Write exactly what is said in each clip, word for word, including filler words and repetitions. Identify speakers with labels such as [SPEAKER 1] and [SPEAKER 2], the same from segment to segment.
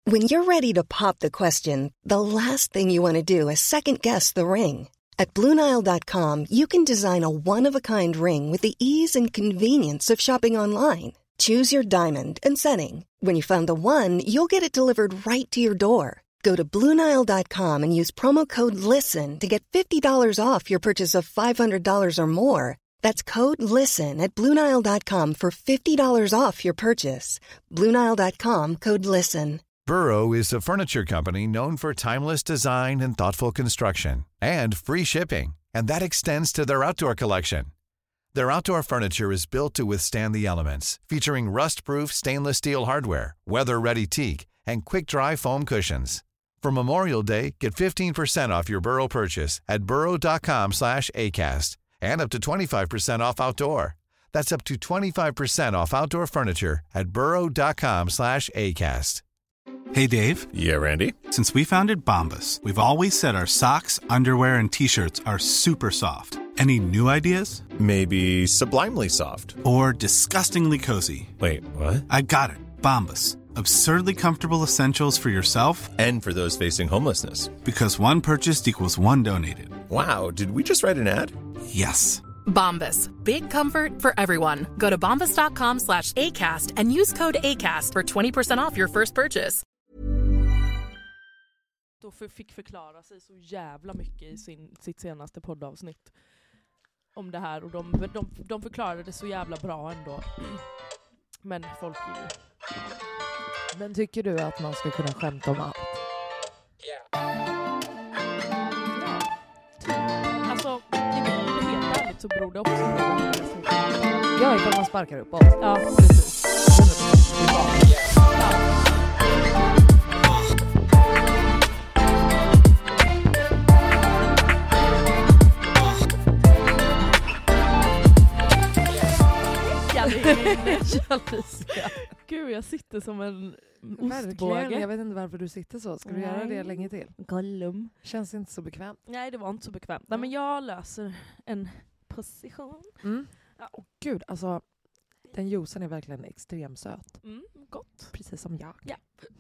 [SPEAKER 1] When you're ready to pop the question, the last thing you want to do is second-guess the ring. At Blue Nile dot com, you can design a one-of-a-kind ring with the ease and convenience of shopping online. Choose your diamond and setting. When you find the one, you'll get it delivered right to your door. Go to Blue Nile dot com and use promo code LISTEN to get fifty dollars off your purchase of five hundred dollars or more. That's code LISTEN at Blue Nile dot com for fifty dollars off your purchase. Blue Nile dot com, code LISTEN.
[SPEAKER 2] Burrow is a furniture company known for timeless design and thoughtful construction, and free shipping, and that extends to their outdoor collection. Their outdoor furniture is built to withstand the elements, featuring rust-proof stainless steel hardware, weather-ready teak, and quick-dry foam cushions. For Memorial Day, get fifteen percent off your Burrow purchase at burrow dot com slash acast, and up to twenty-five percent off outdoor. That's up to twenty-five percent off outdoor furniture at burrow dot com slash acast.
[SPEAKER 3] Hey, Dave.
[SPEAKER 4] Yeah, Randy.
[SPEAKER 3] Since we founded Bombas, we've always said our socks, underwear, and T-shirts are super soft. Any new ideas?
[SPEAKER 4] Maybe sublimely soft.
[SPEAKER 3] Or disgustingly cozy.
[SPEAKER 4] Wait, what?
[SPEAKER 3] I got it. Bombas. Absurdly comfortable essentials for yourself
[SPEAKER 4] and for those facing homelessness.
[SPEAKER 3] Because one purchased equals one donated.
[SPEAKER 4] Wow, did we just write an ad?
[SPEAKER 3] Yes.
[SPEAKER 5] Bombas. Big comfort for everyone. Go to bombas dot com slash ACAST and use code ACAST for twenty percent off your first purchase.
[SPEAKER 6] Då fick förklara sig så jävla mycket i sin, sitt senaste poddavsnitt om det här, och de, de, de förklarade det så jävla bra ändå. Men folk är ju...
[SPEAKER 7] Men tycker du att man ska kunna skämta om allt?
[SPEAKER 6] Ja. Alltså, helt ärligt så beror det också på det.
[SPEAKER 7] Ja, ifall man sparkar upp oss.
[SPEAKER 6] Ja, precis. Gud, jag sitter som en ostbåge.
[SPEAKER 7] Jag vet inte varför du sitter så. Ska du
[SPEAKER 6] Nej.
[SPEAKER 7] göra det länge till?
[SPEAKER 6] Gollum.
[SPEAKER 7] Känns inte så bekvämt.
[SPEAKER 6] Nej, det var inte så bekvämt. Nej, men jag löser en position.
[SPEAKER 7] Mm. Ja. Och gud, alltså den juicen är verkligen extremt söt.
[SPEAKER 6] Mm, gott.
[SPEAKER 7] Precis som jag.
[SPEAKER 6] Ja.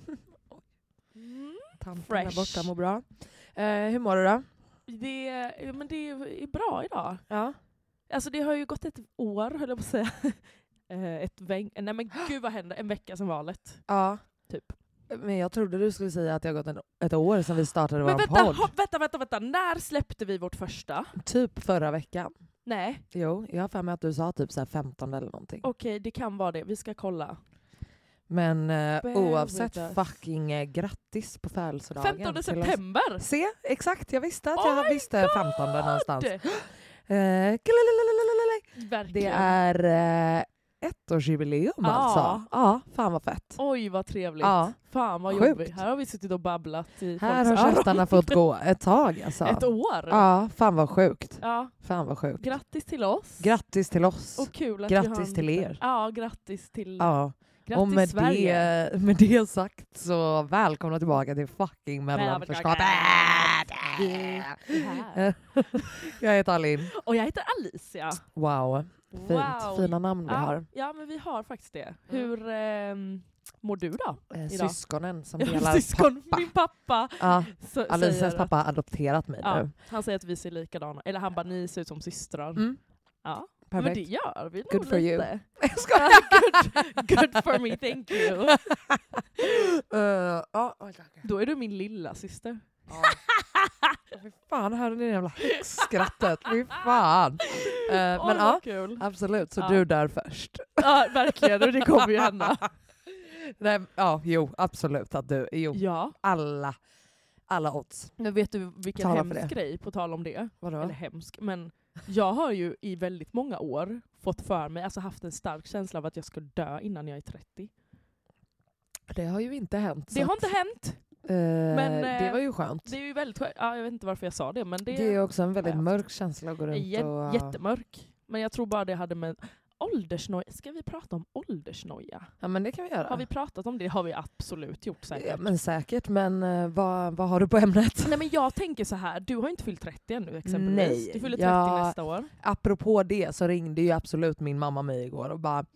[SPEAKER 6] mm.
[SPEAKER 7] Tanten där borta mår bra. Eh, hur mår du då?
[SPEAKER 6] Det, men det är bra idag.
[SPEAKER 7] Ja.
[SPEAKER 6] Alltså det har ju gått ett år, höll jag på att säga. ett väng... Nej men gud, vad hände? En vecka sedan valet.
[SPEAKER 7] Ja.
[SPEAKER 6] Typ.
[SPEAKER 7] Men jag trodde du skulle säga att det har gått en, ett år sedan vi startade
[SPEAKER 6] men
[SPEAKER 7] vår
[SPEAKER 6] vänta,
[SPEAKER 7] podd.
[SPEAKER 6] Hopp, vänta, vänta, vänta. När släppte vi vårt första?
[SPEAKER 7] Typ förra veckan.
[SPEAKER 6] Nej.
[SPEAKER 7] Jo, jag har för mig att du sa typ så här femton eller någonting.
[SPEAKER 6] Okej, det kan vara det. Vi ska kolla.
[SPEAKER 7] Men eh, oavsett,
[SPEAKER 6] with us.
[SPEAKER 7] fucking eh, grattis på födelsedagen.
[SPEAKER 6] femtonde september!
[SPEAKER 7] Se, exakt. Jag visste att
[SPEAKER 6] Oh
[SPEAKER 7] jag
[SPEAKER 6] my
[SPEAKER 7] visste
[SPEAKER 6] God!
[SPEAKER 7] femtonde någonstans. Eh,
[SPEAKER 6] Verkligen.
[SPEAKER 7] det är eh, ettårsjubileum
[SPEAKER 6] Ja.
[SPEAKER 7] alltså. Ja, fan vad fett.
[SPEAKER 6] Oj, vad trevligt.
[SPEAKER 7] Ja.
[SPEAKER 6] Fan vad
[SPEAKER 7] Sjukt.
[SPEAKER 6] jobbigt. Här har vi suttit och babblat i
[SPEAKER 7] Här
[SPEAKER 6] folks
[SPEAKER 7] har
[SPEAKER 6] öron.
[SPEAKER 7] käftarna fått gå ett tag alltså.
[SPEAKER 6] Ett år?
[SPEAKER 7] Ja, fan vad sjukt.
[SPEAKER 6] Ja.
[SPEAKER 7] Fan vad sjukt.
[SPEAKER 6] Grattis till oss.
[SPEAKER 7] Grattis till oss.
[SPEAKER 6] Och kul att
[SPEAKER 7] Grattis
[SPEAKER 6] vi har en
[SPEAKER 7] till
[SPEAKER 6] liten-
[SPEAKER 7] er.
[SPEAKER 6] Ja, grattis till...
[SPEAKER 7] Ja.
[SPEAKER 6] Grattis
[SPEAKER 7] Och med
[SPEAKER 6] Sverige.
[SPEAKER 7] det, med det sagt så välkomna tillbaka till fucking mellanförskapet.
[SPEAKER 6] Vi är här.
[SPEAKER 7] Jag heter Alin.
[SPEAKER 6] Och jag heter Alicia.
[SPEAKER 7] Wow. Fint.
[SPEAKER 6] Wow.
[SPEAKER 7] Fina namn vi
[SPEAKER 6] Ja,
[SPEAKER 7] har.
[SPEAKER 6] ja, men vi har faktiskt det. Hur ehm, mår du då?
[SPEAKER 7] Eh,
[SPEAKER 6] idag?
[SPEAKER 7] Syskonen som
[SPEAKER 6] Ja,
[SPEAKER 7] delar
[SPEAKER 6] syskon,
[SPEAKER 7] pappa.
[SPEAKER 6] Min pappa.
[SPEAKER 7] Ja,
[SPEAKER 6] Så,
[SPEAKER 7] Alicias
[SPEAKER 6] säger-
[SPEAKER 7] pappa har adopterat mig
[SPEAKER 6] Ja,
[SPEAKER 7] nu.
[SPEAKER 6] han säger att vi ser likadana. Eller han bara, ni ser ut som systrar.
[SPEAKER 7] Mm.
[SPEAKER 6] Ja,
[SPEAKER 7] Perfekt.
[SPEAKER 6] men det gör vi nog
[SPEAKER 7] Good for you.
[SPEAKER 6] lite.
[SPEAKER 7] Jag skojar.
[SPEAKER 6] good, good for me, thank you.
[SPEAKER 7] uh, oh, oh,
[SPEAKER 6] Då är du min lilla syster.
[SPEAKER 7] oh. Fy fan, hörde ni det jävla häxskrattet? Fy fan. Uh, men
[SPEAKER 6] Oj, vad
[SPEAKER 7] ja,
[SPEAKER 6] kul.
[SPEAKER 7] absolut. Så
[SPEAKER 6] Ja.
[SPEAKER 7] du där först.
[SPEAKER 6] Ja, verkligen. Och det kommer ju hända.
[SPEAKER 7] Nej, ja, jo, absolut att du. Jo,
[SPEAKER 6] Ja.
[SPEAKER 7] alla, alla odds.
[SPEAKER 6] Men vet du vilken
[SPEAKER 7] Tala för
[SPEAKER 6] hemsk
[SPEAKER 7] det.
[SPEAKER 6] grej på tal om det?
[SPEAKER 7] Vadå?
[SPEAKER 6] Eller hemsk, men jag har ju i väldigt många år fått för mig, alltså haft en stark känsla av att jag ska dö innan jag är trettio.
[SPEAKER 7] Det har ju inte hänt.
[SPEAKER 6] Det
[SPEAKER 7] så
[SPEAKER 6] har
[SPEAKER 7] att,
[SPEAKER 6] inte hänt.
[SPEAKER 7] eh,
[SPEAKER 6] men,
[SPEAKER 7] det
[SPEAKER 6] eh,
[SPEAKER 7] var ju skönt.
[SPEAKER 6] Det är ju väldigt skönt. Ja, jag vet inte varför jag sa det, men det,
[SPEAKER 7] Det är ju också en väldigt
[SPEAKER 6] Ja.
[SPEAKER 7] mörk känsla att gå runt
[SPEAKER 6] Jä-
[SPEAKER 7] och...
[SPEAKER 6] jättemörk. Men jag tror bara det hade med åldersnoja. Ska vi prata om åldersnoja?
[SPEAKER 7] Ja, men det kan vi göra.
[SPEAKER 6] Har vi pratat om det? Har vi absolut gjort säkert.
[SPEAKER 7] Ja, men säkert, men uh, vad, vad har du på ämnet?
[SPEAKER 6] Nej, men jag tänker så här, du har ju inte fyllt trettio ännu exempelvis.
[SPEAKER 7] Nej,
[SPEAKER 6] Du fyller trettio
[SPEAKER 7] jag-
[SPEAKER 6] nästa år.
[SPEAKER 7] Apropå det så ringde ju absolut min mamma mig igår och bara,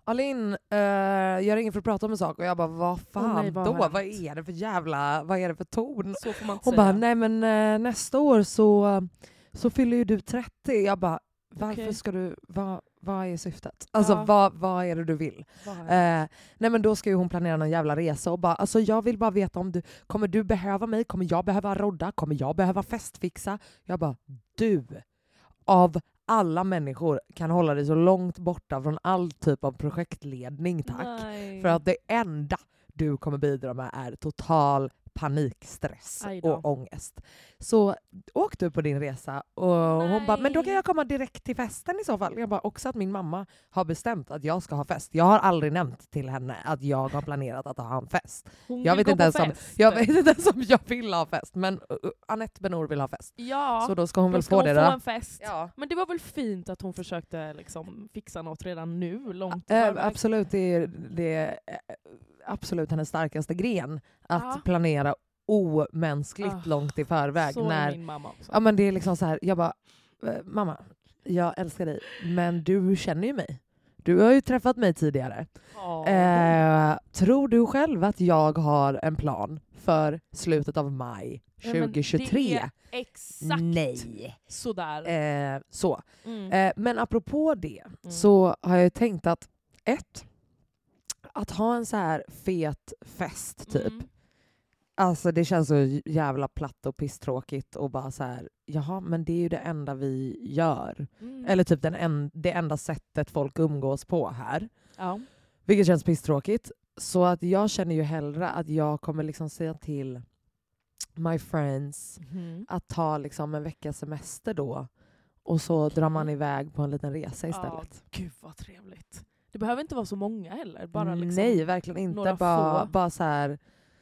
[SPEAKER 7] Alin, uh, jag ringer för att prata om en sak och jag bara, vad fan
[SPEAKER 6] oh, nej, vad
[SPEAKER 7] då?
[SPEAKER 6] hänt?
[SPEAKER 7] Vad är det för jävla, vad är det för ton?
[SPEAKER 6] Så får man inte
[SPEAKER 7] Hon
[SPEAKER 6] säga.
[SPEAKER 7] bara, nej men uh, nästa år så, så fyller ju du trettio. Jag bara, varför
[SPEAKER 6] Okej.
[SPEAKER 7] ska du, vad, vad är syftet? Alltså
[SPEAKER 6] Ja.
[SPEAKER 7] vad, vad är det du vill?
[SPEAKER 6] Vad har
[SPEAKER 7] Uh,
[SPEAKER 6] jag?
[SPEAKER 7] nej men då ska ju hon planera någon jävla resa och bara, alltså jag vill bara veta om du, kommer du behöva mig? Kommer jag behöva rodda? Kommer jag behöva festfixa? Jag bara, du, av alla människor kan hålla dig så långt borta från all typ av projektledning, tack.
[SPEAKER 6] Nej.
[SPEAKER 7] För att det enda du kommer bidra med är total panikstress
[SPEAKER 6] Aj då.
[SPEAKER 7] och ångest. Så åk du på din resa och hon
[SPEAKER 6] Nej.
[SPEAKER 7] bara, men då kan jag komma direkt till festen i så fall. Jag bara, också att min mamma har bestämt att jag ska ha fest. Jag har aldrig nämnt till henne att jag har planerat att ha en fest.
[SPEAKER 6] Hon
[SPEAKER 7] Jag
[SPEAKER 6] vill
[SPEAKER 7] vet,
[SPEAKER 6] gå
[SPEAKER 7] inte
[SPEAKER 6] på
[SPEAKER 7] ens om,
[SPEAKER 6] fest.
[SPEAKER 7] jag vet inte ens om jag vill ha fest, men uh, Anette Benor vill ha fest.
[SPEAKER 6] Ja,
[SPEAKER 7] Så då ska hon
[SPEAKER 6] då
[SPEAKER 7] väl
[SPEAKER 6] ska
[SPEAKER 7] få
[SPEAKER 6] hon
[SPEAKER 7] det
[SPEAKER 6] få
[SPEAKER 7] då.
[SPEAKER 6] en fest.
[SPEAKER 7] Ja.
[SPEAKER 6] Men det var väl fint att hon försökte liksom fixa något redan nu, långt i
[SPEAKER 7] Eh,
[SPEAKER 6] förväg.
[SPEAKER 7] absolut, det är, det är eh, absolut hennes starkaste gren. Att
[SPEAKER 6] Ja.
[SPEAKER 7] planera omänskligt
[SPEAKER 6] Ah,
[SPEAKER 7] långt i förväg.
[SPEAKER 6] Så
[SPEAKER 7] när,
[SPEAKER 6] är min mamma också.
[SPEAKER 7] ja, men det är liksom så här, jag bara, eh, mamma, jag älskar dig, men du känner ju mig. Du har ju träffat mig tidigare.
[SPEAKER 6] Ja.
[SPEAKER 7] Eh, tror du själv att jag har en plan för slutet av maj
[SPEAKER 6] Ja, men
[SPEAKER 7] tjugohundratjugotre?
[SPEAKER 6] det är exakt
[SPEAKER 7] Nej.
[SPEAKER 6] sådär.
[SPEAKER 7] Eh, så.
[SPEAKER 6] Mm.
[SPEAKER 7] Eh, men apropå det
[SPEAKER 6] Mm.
[SPEAKER 7] så har jag ju tänkt att ett, att ha en så här fet fest typ.
[SPEAKER 6] Mm.
[SPEAKER 7] Alltså det känns så jävla platt och pisstråkigt och bara så här, jaha, men det är ju det enda vi gör.
[SPEAKER 6] Mm.
[SPEAKER 7] Eller typ den en, det enda sättet folk umgås på här.
[SPEAKER 6] Ja.
[SPEAKER 7] Vilket känns pisstråkigt. Så att jag känner ju hellre att jag kommer liksom säga till my friends
[SPEAKER 6] Mhm.
[SPEAKER 7] att ta liksom en veckas semester då. Och så drar man iväg på en liten resa istället.
[SPEAKER 6] Ja, gud vad trevligt. Det behöver inte vara så många heller. Bara liksom
[SPEAKER 7] Nej, verkligen inte.
[SPEAKER 6] några
[SPEAKER 7] Bara,
[SPEAKER 6] få.
[SPEAKER 7] bara så här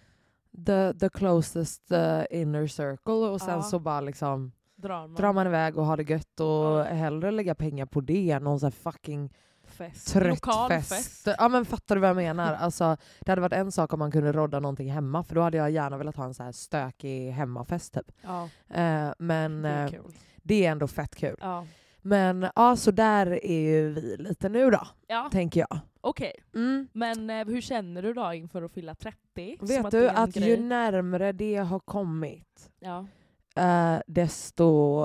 [SPEAKER 7] the, the closest uh, inner circle och sen
[SPEAKER 6] Ja.
[SPEAKER 7] så bara liksom
[SPEAKER 6] drar man.
[SPEAKER 7] drar man iväg och har det gött och
[SPEAKER 6] Ja.
[SPEAKER 7] hellre lägga pengar på det än någon så här fucking
[SPEAKER 6] Fest.
[SPEAKER 7] trött
[SPEAKER 6] Lokal
[SPEAKER 7] fest.
[SPEAKER 6] fest.
[SPEAKER 7] Ja men fattar du vad jag menar? Alltså, det hade varit en sak om man kunde rodda någonting hemma, för då hade jag gärna velat ha en så här stökig hemmafest typ.
[SPEAKER 6] Ja,
[SPEAKER 7] Eh, men
[SPEAKER 6] det är
[SPEAKER 7] eh,
[SPEAKER 6] kul.
[SPEAKER 7] det är ändå fett kul.
[SPEAKER 6] Ja,
[SPEAKER 7] Men ja, så där är ju vi lite nu då,
[SPEAKER 6] ja
[SPEAKER 7] tänker jag.
[SPEAKER 6] okej.
[SPEAKER 7] Mm.
[SPEAKER 6] Men eh, hur känner du då inför att fylla trettio? Som
[SPEAKER 7] Vet
[SPEAKER 6] att
[SPEAKER 7] du
[SPEAKER 6] det är en
[SPEAKER 7] att
[SPEAKER 6] grej?
[SPEAKER 7] ju närmare det har kommit,
[SPEAKER 6] Ja.
[SPEAKER 7] eh, desto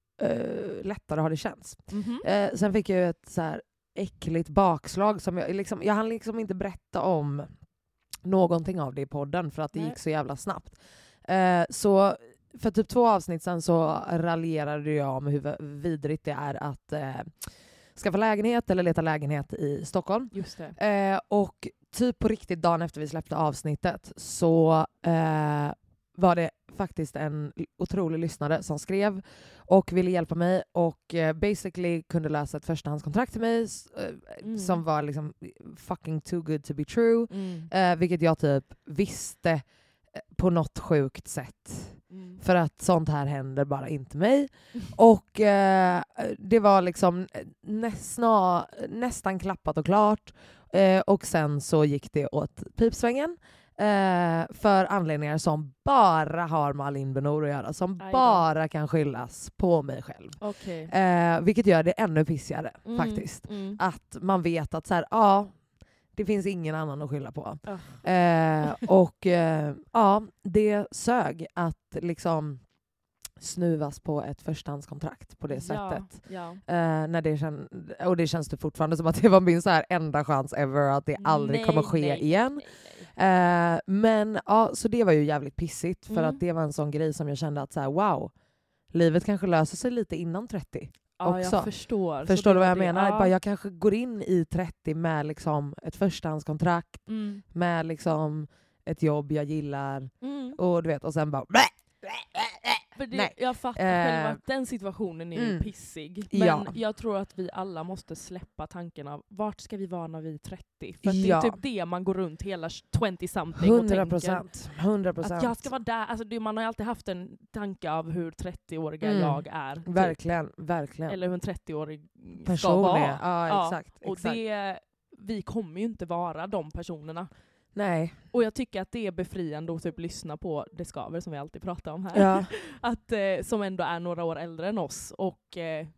[SPEAKER 7] eh, lättare har det känts.
[SPEAKER 6] Mhm.
[SPEAKER 7] Eh, sen fick jag ju ett så här äckligt bakslag som jag liksom, jag hann liksom inte berätta om någonting av det i podden för att det
[SPEAKER 6] Nej.
[SPEAKER 7] gick så jävla snabbt. Eh, så för typ två avsnitt sen så raljerade jag om hur vidrigt det är att eh, skaffa lägenhet eller leta lägenhet i Stockholm.
[SPEAKER 6] Just det.
[SPEAKER 7] Eh, och typ på riktigt dagen efter vi släppte avsnittet så eh, var det faktiskt en otrolig lyssnare som skrev och ville hjälpa mig och eh, basically kunde lösa ett förstahandskontrakt till mig s- eh,
[SPEAKER 6] Mm.
[SPEAKER 7] som var liksom fucking too good to be true.
[SPEAKER 6] Mm.
[SPEAKER 7] Eh, vilket jag typ visste eh, på något sjukt sätt.
[SPEAKER 6] Mm.
[SPEAKER 7] För att sånt här händer bara inte mig. Och eh, det var liksom näsna, nästan klappat och klart. Eh, och sen så gick det åt pipsvängen. Eh, för anledningar som bara har med Alin Benor att göra. Som
[SPEAKER 6] Aj då.
[SPEAKER 7] bara kan skyllas på mig själv.
[SPEAKER 6] Okej.
[SPEAKER 7] Eh, vilket gör det ännu pissigare
[SPEAKER 6] Mm.
[SPEAKER 7] faktiskt.
[SPEAKER 6] Mm.
[SPEAKER 7] Att man vet att så här, ja, det finns ingen annan att skylla på.
[SPEAKER 6] Ah.
[SPEAKER 7] Eh, och eh, ja, det sög att liksom snuvas på ett förstahandskontrakt på det
[SPEAKER 6] Ja,
[SPEAKER 7] sättet.
[SPEAKER 6] ja.
[SPEAKER 7] Eh, när det kän- och det känns det fortfarande som att det var min så här enda chans ever, att det aldrig
[SPEAKER 6] Nej,
[SPEAKER 7] kommer ske
[SPEAKER 6] nej,
[SPEAKER 7] igen.
[SPEAKER 6] nej, nej.
[SPEAKER 7] Eh, men ja, så det var ju jävligt pissigt för
[SPEAKER 6] Mm.
[SPEAKER 7] att det var en sån grej som jag kände att så här, wow, livet kanske löser sig lite innan trettio.
[SPEAKER 6] Ja,
[SPEAKER 7] också.
[SPEAKER 6] jag förstår. Så
[SPEAKER 7] Förstår
[SPEAKER 6] det
[SPEAKER 7] du vad
[SPEAKER 6] var
[SPEAKER 7] jag
[SPEAKER 6] det.
[SPEAKER 7] menar?
[SPEAKER 6] Ja.
[SPEAKER 7] Bara jag kanske går in i trettio med liksom ett förstahandskontrakt,
[SPEAKER 6] Mm.
[SPEAKER 7] med liksom ett jobb jag gillar
[SPEAKER 6] Mm.
[SPEAKER 7] och du vet, och sen bara
[SPEAKER 6] För det,
[SPEAKER 7] Nej.
[SPEAKER 6] jag fattar
[SPEAKER 7] Eh,
[SPEAKER 6] själv att den situationen är ju
[SPEAKER 7] mm.
[SPEAKER 6] pissig. Men
[SPEAKER 7] Ja.
[SPEAKER 6] jag tror att vi alla måste släppa tanken av vart ska vi vara när vi är trettio? För att det
[SPEAKER 7] Ja.
[SPEAKER 6] är typ det man går runt hela tjugo-something och
[SPEAKER 7] hundra
[SPEAKER 6] tänker.
[SPEAKER 7] procent. hundra
[SPEAKER 6] Att
[SPEAKER 7] procent.
[SPEAKER 6] jag ska vara där. Alltså det, man har ju alltid haft en tanke av hur trettioåriga
[SPEAKER 7] Mm.
[SPEAKER 6] jag är. Typ.
[SPEAKER 7] Verkligen, verkligen.
[SPEAKER 6] Eller hur en trettioårig ska
[SPEAKER 7] Person
[SPEAKER 6] vara.
[SPEAKER 7] är. Ja,
[SPEAKER 6] Ja,
[SPEAKER 7] exakt.
[SPEAKER 6] Och
[SPEAKER 7] exakt.
[SPEAKER 6] det, vi kommer ju inte vara de personerna.
[SPEAKER 7] Nej.
[SPEAKER 6] Och jag tycker att det är befriande att typ lyssna på Det skaver som vi alltid pratar om här.
[SPEAKER 7] Ja.
[SPEAKER 6] Att, eh, som ändå är några år äldre än oss. Och eh,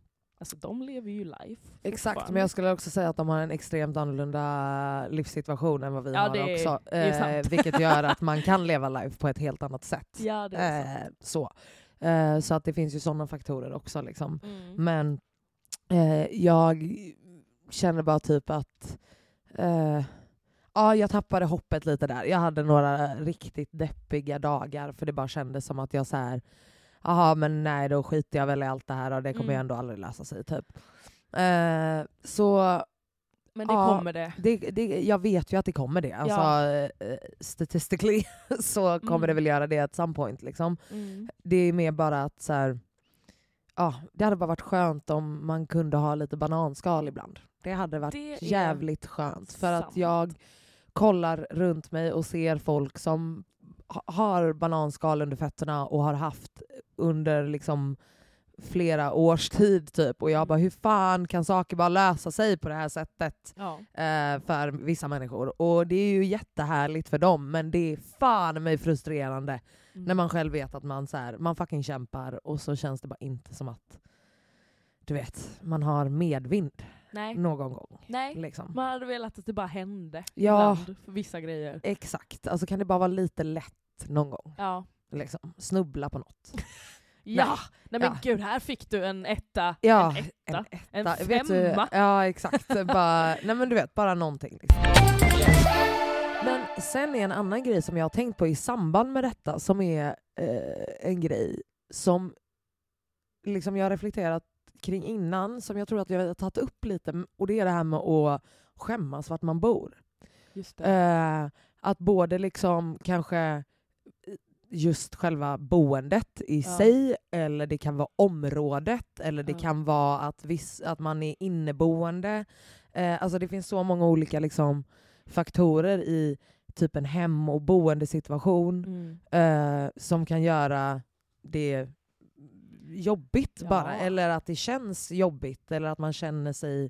[SPEAKER 6] Alltså de lever ju life.
[SPEAKER 7] Exakt, men jag skulle också säga att de har en extremt annorlunda livssituation än vad vi ja, har det, också. Det är eh, vilket gör att man kan leva life på ett helt annat sätt.
[SPEAKER 6] Ja, det är
[SPEAKER 7] eh, så. Eh, så att det finns ju sådana faktorer också. Liksom.
[SPEAKER 6] Mm.
[SPEAKER 7] Men eh, jag känner bara typ att eh, ja, jag tappade hoppet lite där. Jag hade några riktigt deppiga dagar för det bara kändes som att jag så här, aha, men nej, då skiter jag väl i allt det här och det kommer mm. ju ändå aldrig lösa sig typ. Eh, så
[SPEAKER 6] men det
[SPEAKER 7] ja,
[SPEAKER 6] kommer det.
[SPEAKER 7] det, det. Jag vet ju att det kommer det. Alltså ja. uh, statistically så kommer mm. det väl göra det at some point liksom.
[SPEAKER 6] Mm.
[SPEAKER 7] Det är mer bara att så här, ja, det hade bara varit skönt om man kunde ha lite bananskal ibland. Det hade varit det jävligt skönt för sant. Att jag kollar runt mig och ser folk som har bananskal under fötterna och har haft under liksom flera års tid typ. Och jag bara, hur fan kan saker bara lösa sig på det här sättet
[SPEAKER 6] ja.
[SPEAKER 7] eh, för vissa människor? Och det är ju jättehärligt för dem, men det är fan mig frustrerande mm. när man själv vet att man, så här, man fucking kämpar och så känns det bara inte som att du vet, man har medvind.
[SPEAKER 6] Nej.
[SPEAKER 7] Någon gång.
[SPEAKER 6] Nej,
[SPEAKER 7] liksom.
[SPEAKER 6] Man hade velat att det bara hände
[SPEAKER 7] ja,
[SPEAKER 6] ibland för vissa grejer.
[SPEAKER 7] Exakt, alltså kan det bara vara lite lätt någon gång.
[SPEAKER 6] Ja.
[SPEAKER 7] Liksom. Snubbla på något.
[SPEAKER 6] ja, nej, nej men ja. Gud, här fick du en etta,
[SPEAKER 7] ja,
[SPEAKER 6] en etta,
[SPEAKER 7] en, etta.
[SPEAKER 6] en
[SPEAKER 7] vet
[SPEAKER 6] femma.
[SPEAKER 7] Du, ja, exakt. bara, nej men du vet, bara någonting. Liksom. Men sen är en annan grej som jag har tänkt på i samband med detta som är eh, en grej som liksom jag har reflekterat kring innan, som jag tror att jag har tagit upp lite, och det är det här med att skämmas vart man bor.
[SPEAKER 6] Just det.
[SPEAKER 7] Eh, att både liksom kanske just själva boendet i ja. sig, eller det kan vara området, eller det ja. kan vara att, viss, att man är inneboende. Eh, alltså det finns så många olika liksom, faktorer i typ en hem- och boendesituation
[SPEAKER 6] mm.
[SPEAKER 7] eh, som kan göra det jobbigt ja. bara, eller att det känns jobbigt, eller att man känner sig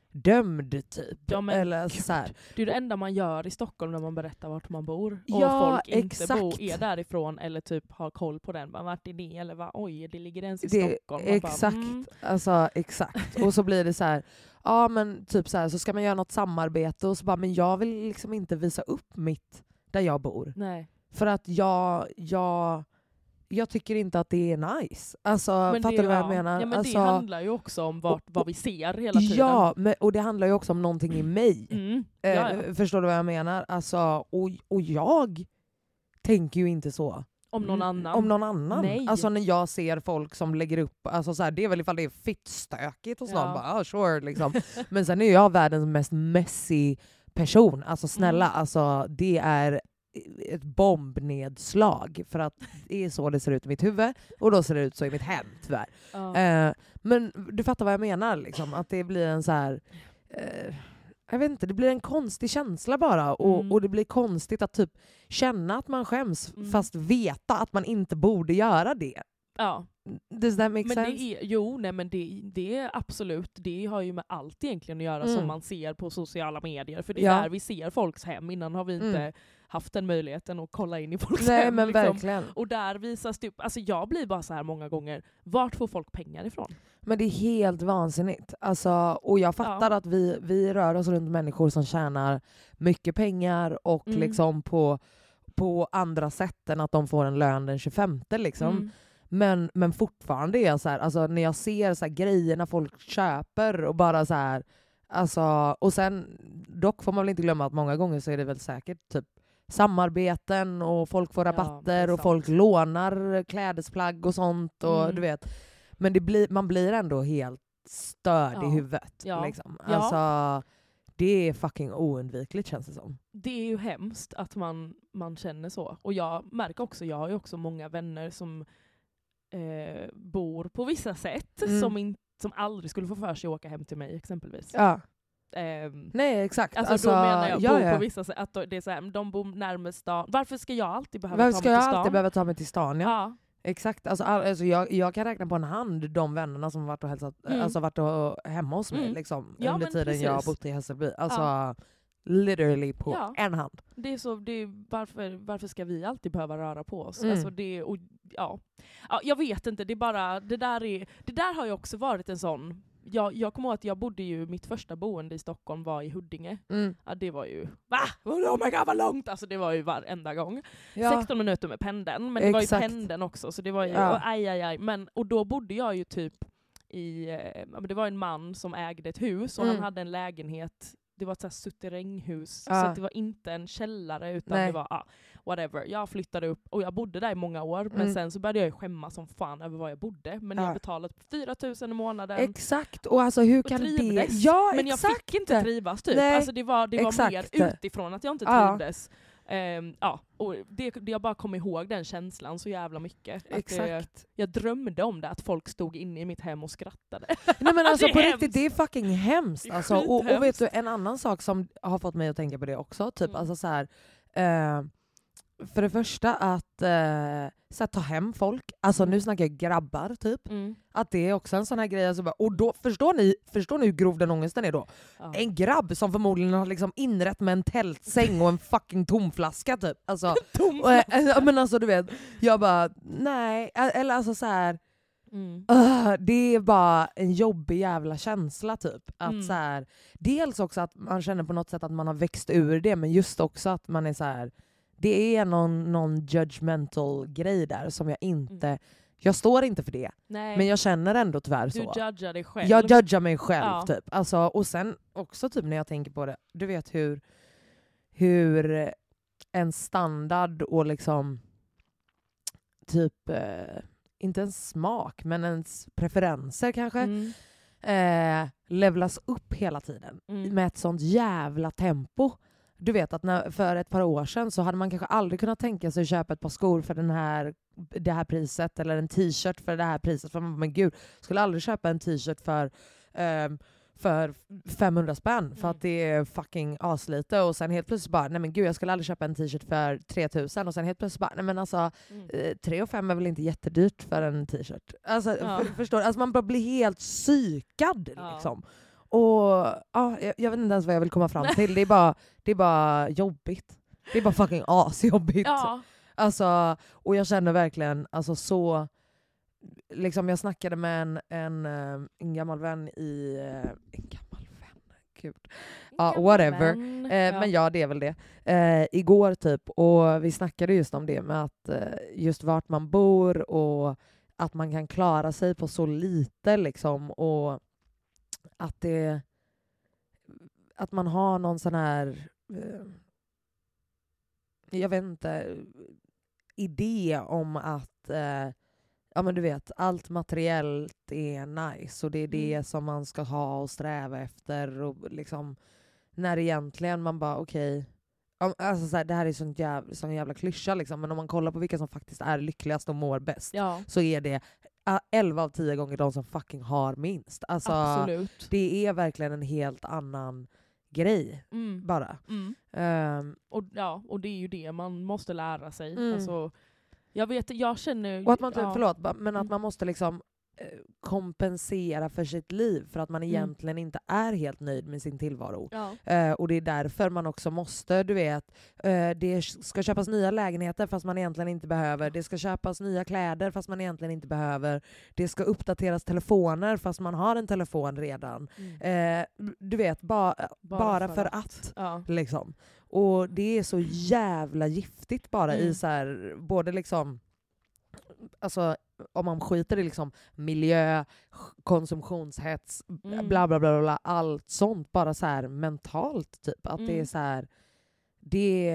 [SPEAKER 7] dömd typ.
[SPEAKER 6] Ja, men
[SPEAKER 7] eller så här.
[SPEAKER 6] Det är det enda man gör i Stockholm när man berättar vart man bor. Och
[SPEAKER 7] ja,
[SPEAKER 6] folk inte
[SPEAKER 7] exakt.
[SPEAKER 6] bor, är därifrån eller typ har koll på den. Vart är det? Eller vad, oj, det ligger ens i
[SPEAKER 7] det,
[SPEAKER 6] Stockholm. Man
[SPEAKER 7] exakt.
[SPEAKER 6] Bara, mm.
[SPEAKER 7] Alltså exakt. Och så blir det så här, ja men typ så här, så ska man göra något samarbete och så bara, men jag vill liksom inte visa upp mitt där jag bor.
[SPEAKER 6] Nej.
[SPEAKER 7] För att jag jag Jag tycker inte att det är nice. Alltså,
[SPEAKER 6] men
[SPEAKER 7] fattar
[SPEAKER 6] det,
[SPEAKER 7] du vad
[SPEAKER 6] ja.
[SPEAKER 7] jag menar?
[SPEAKER 6] Ja, men
[SPEAKER 7] alltså,
[SPEAKER 6] det handlar ju också om vart, vad vi ser hela tiden.
[SPEAKER 7] Ja, men, och det handlar ju också om någonting i mig.
[SPEAKER 6] Mm.
[SPEAKER 7] Eh,
[SPEAKER 6] ja, ja.
[SPEAKER 7] Förstår du vad jag menar? Alltså, och, och jag tänker ju inte så.
[SPEAKER 6] Om någon annan?
[SPEAKER 7] Om någon annan.
[SPEAKER 6] Nej.
[SPEAKER 7] Alltså när jag ser folk som lägger upp, alltså så här, det är väl ifall det är fittstökigt och sånt.
[SPEAKER 6] Ja.
[SPEAKER 7] Bara, oh, sure, liksom. Men sen är jag världens mest messy person. Alltså snälla,
[SPEAKER 6] Mm.
[SPEAKER 7] alltså, det är ett bombnedslag, för att det är så det ser ut i mitt huvud, och då ser det ut så i mitt hem tyvärr.
[SPEAKER 6] Ja.
[SPEAKER 7] Eh, men du fattar vad jag menar, liksom, att det blir en så här eh, jag vet inte, det blir en konstig känsla bara, och,
[SPEAKER 6] Mm.
[SPEAKER 7] och det blir konstigt att typ känna att man skäms
[SPEAKER 6] Mm.
[SPEAKER 7] fast veta att man inte borde göra det.
[SPEAKER 6] Ja.
[SPEAKER 7] Does that make
[SPEAKER 6] men
[SPEAKER 7] sense?
[SPEAKER 6] Det är, jo, nej, men det, det är absolut, det har ju med allt egentligen att göra
[SPEAKER 7] Mm.
[SPEAKER 6] som man ser på sociala medier. För det är
[SPEAKER 7] Ja.
[SPEAKER 6] där vi ser folks hem. Innan har vi inte
[SPEAKER 7] Mm.
[SPEAKER 6] haft den möjligheten att kolla in i folks
[SPEAKER 7] Nej,
[SPEAKER 6] hem.
[SPEAKER 7] men
[SPEAKER 6] liksom.
[SPEAKER 7] verkligen.
[SPEAKER 6] Och där visas det upp, alltså jag blir bara så här många gånger, vart får folk pengar ifrån?
[SPEAKER 7] Men det är helt vansinnigt. Alltså, och jag fattar
[SPEAKER 6] Ja.
[SPEAKER 7] att vi, vi rör oss runt människor som tjänar mycket pengar och
[SPEAKER 6] Mm.
[SPEAKER 7] liksom på, på andra sätt än att de får en lön den tjugofemte. Liksom.
[SPEAKER 6] Mm.
[SPEAKER 7] Men, men fortfarande är jag så här, alltså, när jag ser så här grejerna folk köper och bara så här, alltså, och sen dock får man väl inte glömma att många gånger så är det väl säkert typ samarbeten och folk får
[SPEAKER 6] Ja,
[SPEAKER 7] rabatter
[SPEAKER 6] det är
[SPEAKER 7] och folk
[SPEAKER 6] sant.
[SPEAKER 7] lånar klädesplagg och sånt och
[SPEAKER 6] Mm.
[SPEAKER 7] du vet. Men det blir, man blir ändå helt störd
[SPEAKER 6] Ja.
[SPEAKER 7] i huvudet.
[SPEAKER 6] Ja.
[SPEAKER 7] Liksom.
[SPEAKER 6] Ja.
[SPEAKER 7] Alltså, det är fucking oundvikligt, känns det som.
[SPEAKER 6] Det är ju hemskt att man, man känner så. Och jag märker också, jag har ju också många vänner som eh, bor på vissa sätt
[SPEAKER 7] Mm.
[SPEAKER 6] som, in, som aldrig skulle få för sig att åka hem till mig exempelvis.
[SPEAKER 7] Ja.
[SPEAKER 6] Ehm,
[SPEAKER 7] Nej, exakt.
[SPEAKER 6] Alltså,
[SPEAKER 7] alltså,
[SPEAKER 6] då menar jag,
[SPEAKER 7] ja,
[SPEAKER 6] bor
[SPEAKER 7] ja.
[SPEAKER 6] på vissa sätt, att det är så här, de bor närmast stan. Varför ska jag alltid behöva
[SPEAKER 7] Varför
[SPEAKER 6] ta
[SPEAKER 7] ska
[SPEAKER 6] mig
[SPEAKER 7] jag
[SPEAKER 6] till stan?
[SPEAKER 7] alltid behöva ta mig till stan? Ja.
[SPEAKER 6] Ja.
[SPEAKER 7] Exakt. Alltså, all, alltså, jag, jag kan räkna på en hand de vännerna som varit och hälsat,
[SPEAKER 6] Mm.
[SPEAKER 7] alltså varit och, hemma hos mig
[SPEAKER 6] Mm.
[SPEAKER 7] liksom,
[SPEAKER 6] Ja,
[SPEAKER 7] under
[SPEAKER 6] men
[SPEAKER 7] tiden jag har
[SPEAKER 6] precis.
[SPEAKER 7] bott i Hässelby. Alltså,
[SPEAKER 6] Ja.
[SPEAKER 7] literally på
[SPEAKER 6] Ja.
[SPEAKER 7] en hand.
[SPEAKER 6] Det är så, det är, varför, varför ska vi alltid behöva röra på oss?
[SPEAKER 7] Mm.
[SPEAKER 6] Alltså det, och, ja. Ja, jag vet inte, det är bara, det där, är, det där har ju också varit en sån jag, jag kommer ihåg att jag bodde ju, mitt första boende i Stockholm var i Huddinge.
[SPEAKER 7] Mm.
[SPEAKER 6] Ja, det var ju, va? Oh my god vad långt! Alltså det var ju varenda gång.
[SPEAKER 7] Ja.
[SPEAKER 6] sexton minuter med pendeln, men det
[SPEAKER 7] Exakt.
[SPEAKER 6] var ju pendeln också, så det var ju,
[SPEAKER 7] Ja.
[SPEAKER 6] och, aj, aj, aj. Men, och då bodde jag ju typ i, eh, det var en man som ägde ett hus och
[SPEAKER 7] Mm.
[SPEAKER 6] han hade en lägenhet, det var ett så här suterränghus,
[SPEAKER 7] Ja.
[SPEAKER 6] så att det var inte en källare utan
[SPEAKER 7] Nej.
[SPEAKER 6] det var, ah, whatever. Jag flyttade upp och jag bodde där i många år, men
[SPEAKER 7] Mm.
[SPEAKER 6] sen så började jag ju skämmas som fan över var jag bodde, men
[SPEAKER 7] Ja.
[SPEAKER 6] jag betalade fyra tusen i månaden.
[SPEAKER 7] Exakt, och alltså hur
[SPEAKER 6] och
[SPEAKER 7] kan det...
[SPEAKER 6] trivdes.
[SPEAKER 7] Ja,
[SPEAKER 6] men jag
[SPEAKER 7] exakt.
[SPEAKER 6] fick inte trivas typ.
[SPEAKER 7] Nej,
[SPEAKER 6] Alltså det var, det var
[SPEAKER 7] exakt.
[SPEAKER 6] mer utifrån att jag inte
[SPEAKER 7] Ja.
[SPEAKER 6] trivdes. Ehm, ja, och det, det jag bara kom ihåg den känslan så jävla mycket. Att
[SPEAKER 7] Exakt.
[SPEAKER 6] Det, jag drömde om det, att folk stod inne i mitt hem och skrattade.
[SPEAKER 7] Nej men alltså
[SPEAKER 6] Det är
[SPEAKER 7] på
[SPEAKER 6] hemskt.
[SPEAKER 7] riktigt, det är fucking hemskt.
[SPEAKER 6] Det är
[SPEAKER 7] Alltså. Och, och vet
[SPEAKER 6] skithemskt.
[SPEAKER 7] du, en annan sak som har fått mig att tänka på det också, typ
[SPEAKER 6] Mm.
[SPEAKER 7] alltså så här, eh, för det första att eh, så här, ta hem folk, alltså nu
[SPEAKER 6] Mm.
[SPEAKER 7] snackar jag grabbar typ,
[SPEAKER 6] Mm.
[SPEAKER 7] att det är också en sån här grej, alltså bara, och då förstår ni, förstår ni hur grov den ångesten är då?
[SPEAKER 6] Ja.
[SPEAKER 7] En grabb som förmodligen har liksom inrett med en tältsäng och en fucking tomflaska typ. Alltså, och, eh, men alltså du vet, jag bara nej, eller alltså så här.
[SPEAKER 6] Mm.
[SPEAKER 7] Uh, det är bara en jobbig jävla känsla typ. Att
[SPEAKER 6] Mm.
[SPEAKER 7] så här, dels också att man känner på något sätt att man har växt ur det, men just också att man är så här. Det är någon, någon judgmental grej där som jag inte...
[SPEAKER 6] Mm.
[SPEAKER 7] Jag står inte för det,
[SPEAKER 6] Nej,
[SPEAKER 7] men jag känner ändå tyvärr
[SPEAKER 6] du
[SPEAKER 7] så.
[SPEAKER 6] judgar dig själv.
[SPEAKER 7] Jag judgar mig själv
[SPEAKER 6] Ja.
[SPEAKER 7] typ. Alltså, och sen också typ när jag tänker på det, du vet hur, hur en standard och liksom typ, eh, inte en smak, men ens preferenser kanske,
[SPEAKER 6] Mm.
[SPEAKER 7] eh, levlas upp hela tiden
[SPEAKER 6] Mm.
[SPEAKER 7] med ett sånt jävla tempo. Du vet att när, för ett par år sedan så hade man kanske aldrig kunnat tänka sig att köpa ett par skor för den här, det här priset, eller en t-shirt för det här priset. För man, men gud, skulle aldrig köpa en t-shirt för, ehm, för femhundra spänn för
[SPEAKER 6] Mm.
[SPEAKER 7] att det är fucking aslite, och sen helt plötsligt bara, nej men gud jag skulle aldrig köpa en t-shirt för tre tusen, och sen helt plötsligt bara, nej men alltså
[SPEAKER 6] Mm.
[SPEAKER 7] eh, tre och fem är väl inte jättedyrt för en t-shirt. Alltså,
[SPEAKER 6] Ja.
[SPEAKER 7] för, förstår du? Alltså man bara blir helt psykad
[SPEAKER 6] Ja.
[SPEAKER 7] liksom. Och ja, jag, jag vet inte ens vad jag vill komma fram till. Det är bara, det är bara jobbigt. Det är bara fucking asjobbigt.
[SPEAKER 6] Ja.
[SPEAKER 7] Alltså, och jag känner verkligen alltså så... Liksom jag snackade med en, en, eh, en gammal vän i... eh, En gammal vän? Gud. Ja,
[SPEAKER 6] Gammal
[SPEAKER 7] whatever.
[SPEAKER 6] vän.
[SPEAKER 7] Eh,
[SPEAKER 6] Ja.
[SPEAKER 7] Men ja, det är väl det. Eh, igår typ. Och vi snackade just om det med att eh, just vart man bor och att man kan klara sig på så lite liksom. Och att det... Att man har någon sån här... Eh, jag vet inte... idé om att eh, ja men du vet, allt materiellt är nice och det är det
[SPEAKER 6] Mm.
[SPEAKER 7] som man ska ha och sträva efter, och liksom när egentligen man bara okej, okay, alltså så här, det här är sån jävla, sån jävla klyscha liksom, men om man kollar på vilka som faktiskt är lyckligast och mår bäst,
[SPEAKER 6] Ja,
[SPEAKER 7] så är det ah, elva av tio gånger de som fucking har minst. Alltså
[SPEAKER 6] absolut.
[SPEAKER 7] det är verkligen en helt annan grej
[SPEAKER 6] Mm.
[SPEAKER 7] bara.
[SPEAKER 6] Mm.
[SPEAKER 7] Ehm,
[SPEAKER 6] Och, ja, och det är ju det man måste lära sig.
[SPEAKER 7] Mm.
[SPEAKER 6] Alltså, jag vet, jag känner...
[SPEAKER 7] Och att man typ,
[SPEAKER 6] ja.
[SPEAKER 7] förlåt, ba- men att
[SPEAKER 6] Mm.
[SPEAKER 7] man måste liksom eh, kompensera för sitt liv för att man
[SPEAKER 6] Mm.
[SPEAKER 7] egentligen inte är helt nöjd med sin tillvaro.
[SPEAKER 6] Ja.
[SPEAKER 7] Eh, och det är därför man också måste, du vet, eh, det ska köpas nya lägenheter fast man egentligen inte behöver. Det ska köpas nya kläder fast man egentligen inte behöver. Det ska uppdateras telefoner fast man har en telefon redan.
[SPEAKER 6] Mm.
[SPEAKER 7] Eh, du vet, ba, bara, för, att.
[SPEAKER 6] Ja.
[SPEAKER 7] Liksom. Och det är så jävla giftigt bara
[SPEAKER 6] Mm.
[SPEAKER 7] i så här, både liksom, alltså om man skiter i liksom miljö, konsumtionshets,
[SPEAKER 6] Mm.
[SPEAKER 7] bla bla bla bla, allt sånt, bara så här mentalt typ, att det är
[SPEAKER 6] Mm.
[SPEAKER 7] så här, det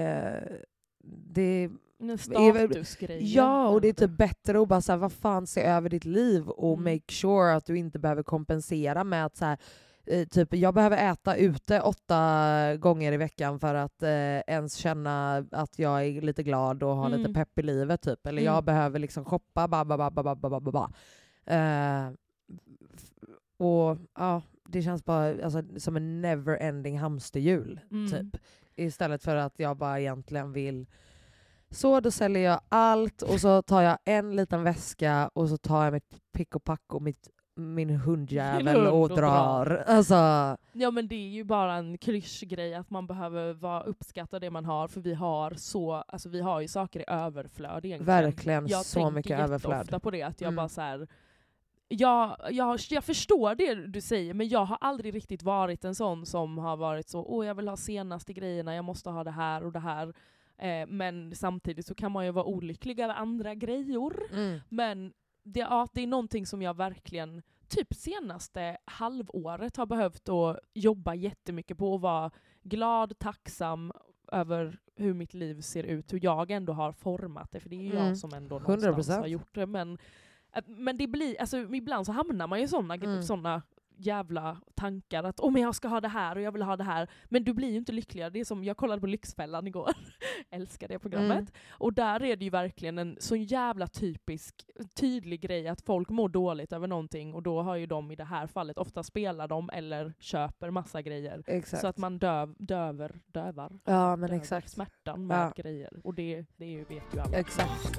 [SPEAKER 7] det
[SPEAKER 6] En
[SPEAKER 7] är väl-
[SPEAKER 6] statusgrej.
[SPEAKER 7] ja, och det är typ bättre att bara så här, vad fan, se över ditt liv och
[SPEAKER 6] Mm.
[SPEAKER 7] make sure att du inte behöver kompensera med att så här, eh, typ jag behöver äta ute åtta gånger i veckan för att eh, ens känna att jag är lite glad och har
[SPEAKER 6] Mm.
[SPEAKER 7] lite pepp i livet typ, eller
[SPEAKER 6] Mm.
[SPEAKER 7] jag behöver liksom shoppa ba ba ba ba ba ba ba ba ba. Eh, f- och ja, det känns bara alltså, som en never ending hamsterhjul
[SPEAKER 6] Mm.
[SPEAKER 7] typ, istället för att jag bara egentligen vill. Så då säljer jag allt och så tar jag en liten väska och så tar jag mitt pick och pack och mitt, min hundjävel
[SPEAKER 6] Min hund
[SPEAKER 7] och
[SPEAKER 6] och
[SPEAKER 7] drar.
[SPEAKER 6] drar.
[SPEAKER 7] Alltså,
[SPEAKER 6] Ja, men det är ju bara en klyschgrej att man behöver vara uppskatta det man har, för vi har så, alltså vi har ju saker i överflöd egentligen.
[SPEAKER 7] verkligen
[SPEAKER 6] Jag
[SPEAKER 7] så
[SPEAKER 6] tänker
[SPEAKER 7] mycket överflöd.
[SPEAKER 6] jätteofta på det, att jag
[SPEAKER 7] Mm.
[SPEAKER 6] bara så här, jag, jag, jag förstår det du säger, men jag har aldrig riktigt varit en sån som har varit så, åh jag vill ha senaste grejerna, jag måste ha det här och det här. Eh, men samtidigt så kan man ju vara olycklig över andra grejer.
[SPEAKER 7] Mm.
[SPEAKER 6] Men det, ja, det är någonting som jag verkligen typ senaste halvåret har behövt att jobba jättemycket på, att vara glad, tacksam över hur mitt liv ser ut, hur jag ändå har format det, för det är ju
[SPEAKER 7] Mm.
[SPEAKER 6] jag som ändå
[SPEAKER 7] hundra
[SPEAKER 6] någonstans
[SPEAKER 7] procent
[SPEAKER 6] har gjort det. Men, men det blir, alltså, ibland så hamnar man ju i sådana
[SPEAKER 7] Mm.
[SPEAKER 6] såna jävla tankar att oh, men jag ska ha det här och jag vill ha det här, men du blir ju inte lyckligare. Det är som, jag kollade på Lyxfällan igår, älskar det programmet,
[SPEAKER 7] Mm.
[SPEAKER 6] och där är det ju verkligen en så jävla typisk tydlig grej att folk mår dåligt över någonting, och då har ju de i det här fallet ofta spelar de eller köper massa grejer.
[SPEAKER 7] Exakt.
[SPEAKER 6] Så att man döv, döver, dövar
[SPEAKER 7] Ja, men
[SPEAKER 6] dövar
[SPEAKER 7] exakt.
[SPEAKER 6] smärtan med
[SPEAKER 7] Ja.
[SPEAKER 6] grejer. Och det, det är ju, vet ju alla.
[SPEAKER 7] Exakt.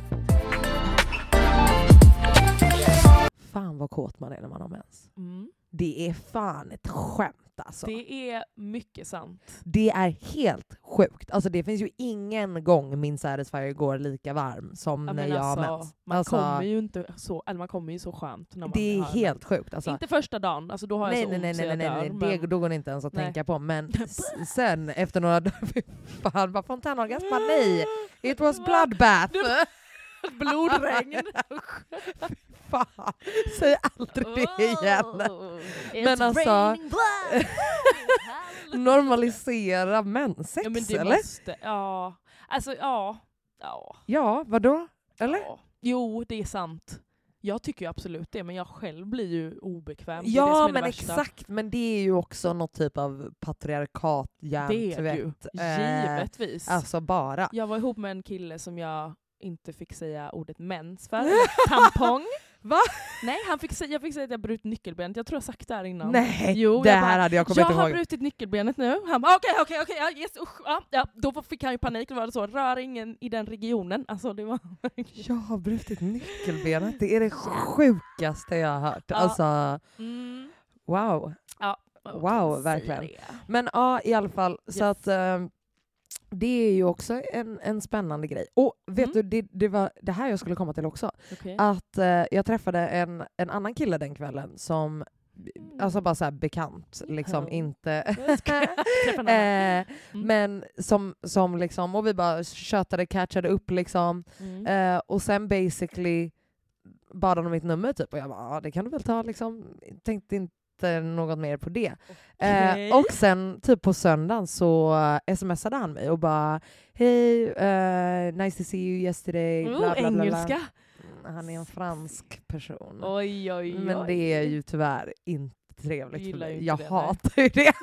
[SPEAKER 7] Fan vad kåt man är när man har mens.
[SPEAKER 6] Mm.
[SPEAKER 7] Det är fan ett skämt alltså. Det...
[SPEAKER 6] Det är mycket sant.
[SPEAKER 7] det är helt sjukt. Alltså det finns ju ingen gång min Satisfyer går lika varm som
[SPEAKER 6] Ja,
[SPEAKER 7] när
[SPEAKER 6] men
[SPEAKER 7] jag
[SPEAKER 6] alltså,
[SPEAKER 7] har mens.
[SPEAKER 6] man
[SPEAKER 7] Alltså,
[SPEAKER 6] kommer ju inte så, eller man kommer ju så skönt när man
[SPEAKER 7] det är
[SPEAKER 6] har
[SPEAKER 7] helt
[SPEAKER 6] mens.
[SPEAKER 7] sjukt. Alltså.
[SPEAKER 6] Inte första dagen, alltså då har jag
[SPEAKER 7] Nej
[SPEAKER 6] så
[SPEAKER 7] nej
[SPEAKER 6] ont
[SPEAKER 7] nej
[SPEAKER 6] så
[SPEAKER 7] nej,
[SPEAKER 6] jag
[SPEAKER 7] nej,
[SPEAKER 6] dör,
[SPEAKER 7] nej.
[SPEAKER 6] men...
[SPEAKER 7] Det, då går det inte ens att
[SPEAKER 6] Nej.
[SPEAKER 7] tänka på. Men s- sen efter några dagar, fan bara fontänorgasm, bara nej. It was bloodbath.
[SPEAKER 6] Blodregn.
[SPEAKER 7] Fan, säg aldrig det igen.
[SPEAKER 6] It's
[SPEAKER 7] Men alltså,
[SPEAKER 6] raining blood.
[SPEAKER 7] normalisera mensex,
[SPEAKER 6] Ja, men det
[SPEAKER 7] eller?
[SPEAKER 6] måste, ja. Alltså, ja. Ja.
[SPEAKER 7] Ja, vadå? Eller?
[SPEAKER 6] Ja. Jo, det är sant. Jag tycker ju absolut det, men jag själv blir ju obekväm. Det är det
[SPEAKER 7] Ja,
[SPEAKER 6] som är det
[SPEAKER 7] men
[SPEAKER 6] värsta.
[SPEAKER 7] exakt. Men det är ju också något typ av patriarkat,
[SPEAKER 6] Det är det ju.
[SPEAKER 7] hjärntvätt. Eh,
[SPEAKER 6] Givetvis.
[SPEAKER 7] alltså bara.
[SPEAKER 6] Jag var ihop med en kille som jag inte fick säga ordet mens för. Eller tampong.
[SPEAKER 7] Va?
[SPEAKER 6] Nej, han fick säga, jag fick säga att jag brutit nyckelbenet. Jag tror jag sagt det här innan.
[SPEAKER 7] Nej,
[SPEAKER 6] Jo,
[SPEAKER 7] det
[SPEAKER 6] jag
[SPEAKER 7] här
[SPEAKER 6] bara,
[SPEAKER 7] hade jag kommit
[SPEAKER 6] jag
[SPEAKER 7] ihåg.
[SPEAKER 6] har brutit nyckelbenet nu. Han bara okej, okej, okej, ja, yes, usch, ja, ja. Då fick han ju panik. Det var så, rör ingen i den regionen. Alltså det var...
[SPEAKER 7] Jag har brutit nyckelbenet. Det är det sjukaste jag har hört.
[SPEAKER 6] Ja.
[SPEAKER 7] Alltså,
[SPEAKER 6] Mm.
[SPEAKER 7] wow.
[SPEAKER 6] Ja,
[SPEAKER 7] Wow, verkligen. Men ja, i alla fall.
[SPEAKER 6] Yes.
[SPEAKER 7] Så att eh, det är ju också en, en spännande grej. Och vet
[SPEAKER 6] Mm.
[SPEAKER 7] du, det, det var det här jag skulle komma till också.
[SPEAKER 6] Okay.
[SPEAKER 7] Att eh, jag träffade en, en annan kille den kvällen som, alltså bara så här bekant, liksom
[SPEAKER 6] Ja.
[SPEAKER 7] inte...
[SPEAKER 6] Träffa någon annan.
[SPEAKER 7] eh, Men som, som liksom, och vi bara tjötade, catchade upp liksom.
[SPEAKER 6] Mm.
[SPEAKER 7] Eh, och sen basically bad han om mitt nummer typ, och jag bara, ja det kan du väl ta liksom. Tänkte inte något mer på det.
[SPEAKER 6] Okej.
[SPEAKER 7] Eh, och sen typ på söndagen så uh, smsade han mig och bara hej, uh, nice to see you yesterday.
[SPEAKER 6] Oh,
[SPEAKER 7] bla, bla, bla, bla.
[SPEAKER 6] engelska.
[SPEAKER 7] Mm, Han är en fransk person.
[SPEAKER 6] Oj, oj, oj.
[SPEAKER 7] Men det är ju tyvärr inte trevligt för
[SPEAKER 6] Gillar ju
[SPEAKER 7] mig.
[SPEAKER 6] inte
[SPEAKER 7] Jag
[SPEAKER 6] det, nej.
[SPEAKER 7] hatar ju det.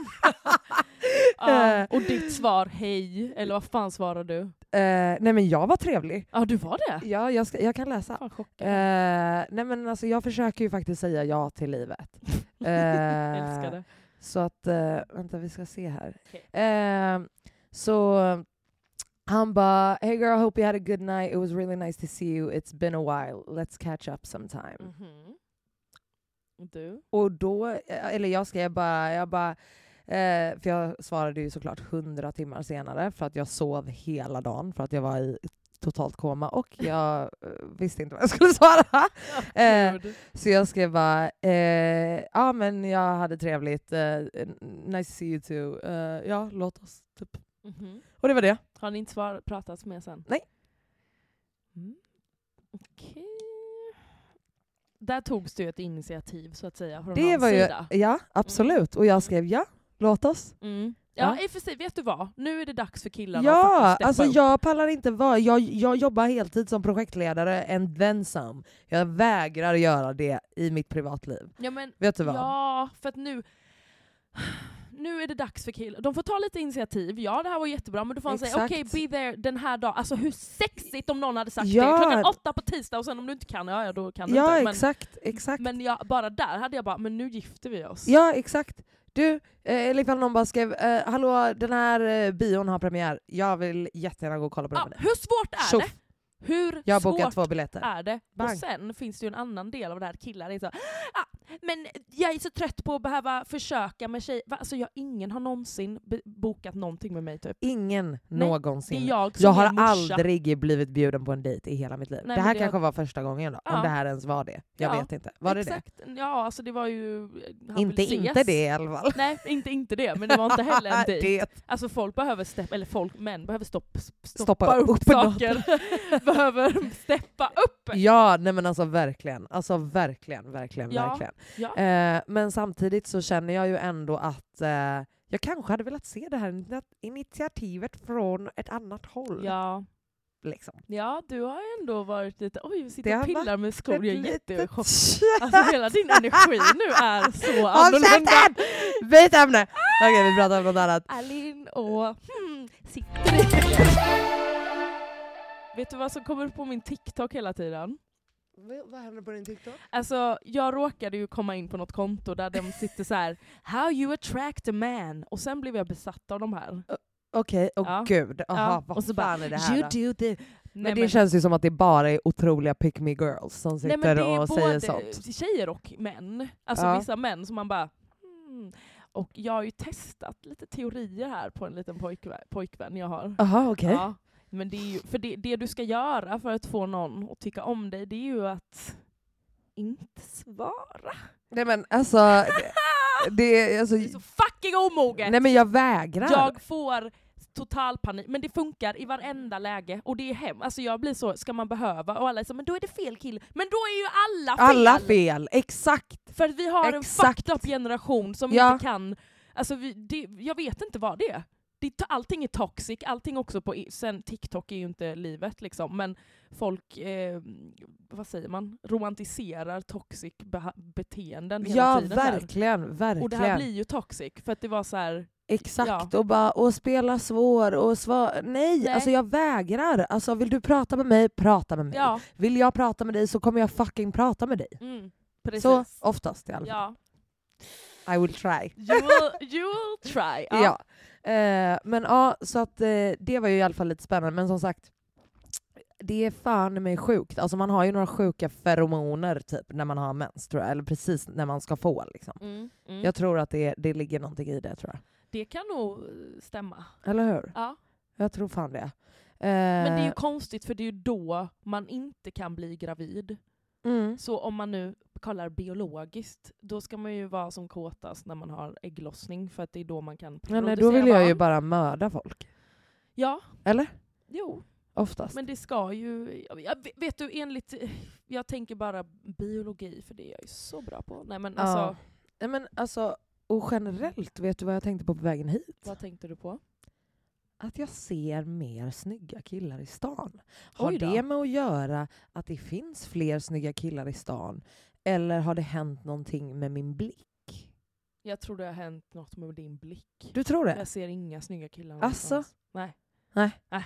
[SPEAKER 6] Ja, och ditt svar, hej. Eller vad fan svarar du?
[SPEAKER 7] Eh, nej men jag var trevlig.
[SPEAKER 6] Ja, du var det?
[SPEAKER 7] Ja, jag, ska, jag kan läsa.
[SPEAKER 6] Fan, chockad.
[SPEAKER 7] Eh, nej men alltså jag försöker ju faktiskt säga ja till livet. Eh,
[SPEAKER 6] Älskar det.
[SPEAKER 7] Så att, eh, vänta vi ska se här.
[SPEAKER 6] Okej.
[SPEAKER 7] Eh, så han bara, hey girl, hope you had a good night. It was really nice to see you. It's been a while. Let's catch up sometime.
[SPEAKER 6] Mhm. Och du?
[SPEAKER 7] Och då, eh, eller jag skrev bara, jag bara eh, för jag svarade ju såklart hundra timmar senare för att jag sov hela dagen för att jag var i totalt koma och jag eh, visste inte vad jag skulle svara. Eh,
[SPEAKER 6] Gud.
[SPEAKER 7] Så jag skrev bara, eh, ja men jag hade trevligt, eh, nice to see you too. Eh, ja, låt oss typ.
[SPEAKER 6] Mhm.
[SPEAKER 7] Och det var det.
[SPEAKER 6] Har ni inte svar- pratats med sen?
[SPEAKER 7] Nej.
[SPEAKER 6] Mm. Okej. Där togs det ju ett initiativ så att säga från
[SPEAKER 7] Det
[SPEAKER 6] hans
[SPEAKER 7] var ju,
[SPEAKER 6] sida.
[SPEAKER 7] ja absolut. Och jag skrev ja, låt oss.
[SPEAKER 6] Mm. Ja,
[SPEAKER 7] Ja.
[SPEAKER 6] i och för sig, vet du vad? Nu är det dags för killarna
[SPEAKER 7] Ja,
[SPEAKER 6] att faktiskt
[SPEAKER 7] alltså
[SPEAKER 6] steppa upp.
[SPEAKER 7] jag pallar inte vara, jag, jag jobbar heltid som projektledare and then some. Jag vägrar göra det i mitt privatliv.
[SPEAKER 6] Ja, men,
[SPEAKER 7] Vet du vad?
[SPEAKER 6] ja, för att nu... Nu är det dags för killar. De får ta lite initiativ. Ja, det här var jättebra. Men då får han säga,
[SPEAKER 7] Exakt.
[SPEAKER 6] okej, be there den här dagen. Alltså hur sexigt om någon hade sagt
[SPEAKER 7] Ja.
[SPEAKER 6] det. Klockan åtta på tisdag och sen om du inte kan, ja, ja då kan du
[SPEAKER 7] Ja,
[SPEAKER 6] inte. Men,
[SPEAKER 7] exakt, exakt.
[SPEAKER 6] men jag, bara där hade jag bara, men nu gifter vi oss.
[SPEAKER 7] Ja, exakt. Du, eh, eller ifall någon bara skrev, eh, hallå den här eh, bion har premiär. Jag vill jättegärna gå och kolla på den
[SPEAKER 6] Ja,
[SPEAKER 7] med dig.
[SPEAKER 6] hur svårt är
[SPEAKER 7] Tjoff.
[SPEAKER 6] det? Hur
[SPEAKER 7] Jag har bokat
[SPEAKER 6] svårt
[SPEAKER 7] två biljetter.
[SPEAKER 6] är det?
[SPEAKER 7] Bang.
[SPEAKER 6] Och sen finns det ju en annan del av det här. Killar är så, ah, men jag är så trött på att behöva försöka med tjej. Va? Alltså jag, ingen har någonsin be- bokat någonting med mig typ.
[SPEAKER 7] Ingen
[SPEAKER 6] Nej,
[SPEAKER 7] någonsin.
[SPEAKER 6] det är jag som
[SPEAKER 7] jag
[SPEAKER 6] är
[SPEAKER 7] har
[SPEAKER 6] en morsa.
[SPEAKER 7] aldrig blivit bjuden på en dejt i hela mitt liv.
[SPEAKER 6] Nej,
[SPEAKER 7] det
[SPEAKER 6] men
[SPEAKER 7] här
[SPEAKER 6] det
[SPEAKER 7] kanske
[SPEAKER 6] har-
[SPEAKER 7] var första gången då.
[SPEAKER 6] Ja.
[SPEAKER 7] Om det här ens var det. Jag
[SPEAKER 6] Ja,
[SPEAKER 7] vet inte. Var det
[SPEAKER 6] Exakt.
[SPEAKER 7] det?
[SPEAKER 6] Ja, alltså det var ju... han
[SPEAKER 7] Inte
[SPEAKER 6] vill ses.
[SPEAKER 7] inte det i alla fall.
[SPEAKER 6] Nej, inte, inte det. Men det var inte heller en dejt.
[SPEAKER 7] Det.
[SPEAKER 6] Alltså folk behöver steppa, eller folk, män behöver stopp, stoppa,
[SPEAKER 7] Stoppa
[SPEAKER 6] upp,
[SPEAKER 7] upp
[SPEAKER 6] saker. behöver steppa upp.
[SPEAKER 7] Ja, nej men alltså verkligen. Alltså verkligen, verkligen,
[SPEAKER 6] Ja.
[SPEAKER 7] verkligen.
[SPEAKER 6] Ja.
[SPEAKER 7] Eh, men samtidigt så känner jag ju ändå att eh, jag kanske hade velat se det här initiativet från ett annat håll.
[SPEAKER 6] Ja.
[SPEAKER 7] Liksom.
[SPEAKER 6] ja, du har ändå varit lite... Oj, vi
[SPEAKER 7] Det
[SPEAKER 6] sitter
[SPEAKER 7] har
[SPEAKER 6] och pillar med skor. Jag är
[SPEAKER 7] Ett litet
[SPEAKER 6] jättechockad.
[SPEAKER 7] kött.
[SPEAKER 6] Alltså hela din energi nu är så
[SPEAKER 7] Håll
[SPEAKER 6] annorlunda.
[SPEAKER 7] käften! Byt ämne! Okej, vi pratar om något annat.
[SPEAKER 6] Alin och hmm, sitter i. Vet du vad som kommer upp på min TikTok hela tiden?
[SPEAKER 7] Vad händer på din TikTok?
[SPEAKER 6] Alltså, jag råkade ju komma in på något konto där de sitter så här: how you attract a man. Och sen blev jag besatt av de här.
[SPEAKER 7] Okej, och
[SPEAKER 6] Ja.
[SPEAKER 7] gud. Aha,
[SPEAKER 6] Ja,
[SPEAKER 7] vad
[SPEAKER 6] och så
[SPEAKER 7] fan
[SPEAKER 6] bara,
[SPEAKER 7] är det här
[SPEAKER 6] you
[SPEAKER 7] då?
[SPEAKER 6] do the...
[SPEAKER 7] Men
[SPEAKER 6] Nej,
[SPEAKER 7] det känns ju som att det bara är otroliga pick me girls som
[SPEAKER 6] nej,
[SPEAKER 7] sitter
[SPEAKER 6] men det är
[SPEAKER 7] och
[SPEAKER 6] både
[SPEAKER 7] säger sånt.
[SPEAKER 6] tjejer och män. Alltså
[SPEAKER 7] Ja.
[SPEAKER 6] vissa män som man bara... Hmm. Och jag har ju testat lite teorier här på en liten pojkvän, pojkvän jag har.
[SPEAKER 7] Jaha, okej.
[SPEAKER 6] Ja, men det är ju, för det, det du ska göra för att få någon att tycka om dig, det är ju att inte svara.
[SPEAKER 7] Nej men alltså, det, det är alltså...
[SPEAKER 6] Det är så fucking omoget!
[SPEAKER 7] Nej men jag vägrar.
[SPEAKER 6] Jag får total panik, men det funkar i varenda läge och det är hem. Alltså jag blir så, ska man behöva? Och alla är så, men då är det fel kille. Men då är ju alla fel!
[SPEAKER 7] Alla fel, exakt.
[SPEAKER 6] För att vi har
[SPEAKER 7] Exakt.
[SPEAKER 6] en fucked up generation som
[SPEAKER 7] Ja.
[SPEAKER 6] inte kan... Alltså vi, det, jag vet inte vad det är. Det, allting är toxic, allting också på... Sen TikTok är ju inte livet liksom, men folk, eh, vad säger man, romantiserar toxic be- beteenden hela
[SPEAKER 7] Ja,
[SPEAKER 6] tiden. här.
[SPEAKER 7] verkligen, verkligen.
[SPEAKER 6] Och det här blir ju toxic, för att det var så här.
[SPEAKER 7] Exakt,
[SPEAKER 6] Ja.
[SPEAKER 7] och bara och spela svår och svara. Nej,
[SPEAKER 6] Nej.
[SPEAKER 7] alltså jag vägrar. Alltså vill du prata med mig, prata med mig.
[SPEAKER 6] Ja,
[SPEAKER 7] Vill jag prata med dig så kommer jag fucking prata med dig.
[SPEAKER 6] mm, precis.
[SPEAKER 7] Så, oftast i alla fall.
[SPEAKER 6] Ja.
[SPEAKER 7] I will try.
[SPEAKER 6] You will, you will try. Ja.
[SPEAKER 7] Ja. Eh, men ja, så att eh, det var ju i alla fall lite spännande. Men som sagt, det är fan mig sjukt. Alltså man har ju några sjuka feromoner typ när man har mens, tror jag. Eller precis när man ska få liksom.
[SPEAKER 6] Mm, mm.
[SPEAKER 7] Jag tror att det, det ligger någonting i det, tror jag.
[SPEAKER 6] Det kan nog stämma.
[SPEAKER 7] Eller hur?
[SPEAKER 6] Ja.
[SPEAKER 7] Jag tror fan det. Eh,
[SPEAKER 6] Men det är ju konstigt, för det är ju då man inte kan bli gravid.
[SPEAKER 7] mm.
[SPEAKER 6] Så om man nu kollar biologiskt, då ska man ju vara som kåtast när man har ägglossning, för att det är då man kan
[SPEAKER 7] Ja,
[SPEAKER 6] producera
[SPEAKER 7] nej, då vill jag
[SPEAKER 6] barn.
[SPEAKER 7] ju bara mörda folk.
[SPEAKER 6] Ja,
[SPEAKER 7] Eller?
[SPEAKER 6] jo.
[SPEAKER 7] Oftast.
[SPEAKER 6] Men det ska ju... Jag, vet du, enligt... Jag tänker bara biologi, för det är jag ju så bra på. Nej men
[SPEAKER 7] Ja.
[SPEAKER 6] alltså,
[SPEAKER 7] Nej, men alltså, och generellt, vet du vad jag tänkte på på vägen hit?
[SPEAKER 6] vad tänkte du på?
[SPEAKER 7] Att jag ser mer snygga killar i stan. Har
[SPEAKER 6] Oj då.
[SPEAKER 7] det med att göra att det finns fler snygga killar i stan? Eller har det hänt någonting med min blick?
[SPEAKER 6] Jag tror det har hänt något med din blick.
[SPEAKER 7] Du tror det?
[SPEAKER 6] Jag ser inga snygga killar
[SPEAKER 7] Asså?
[SPEAKER 6] någonstans. Nej.
[SPEAKER 7] Nej.
[SPEAKER 6] Nej.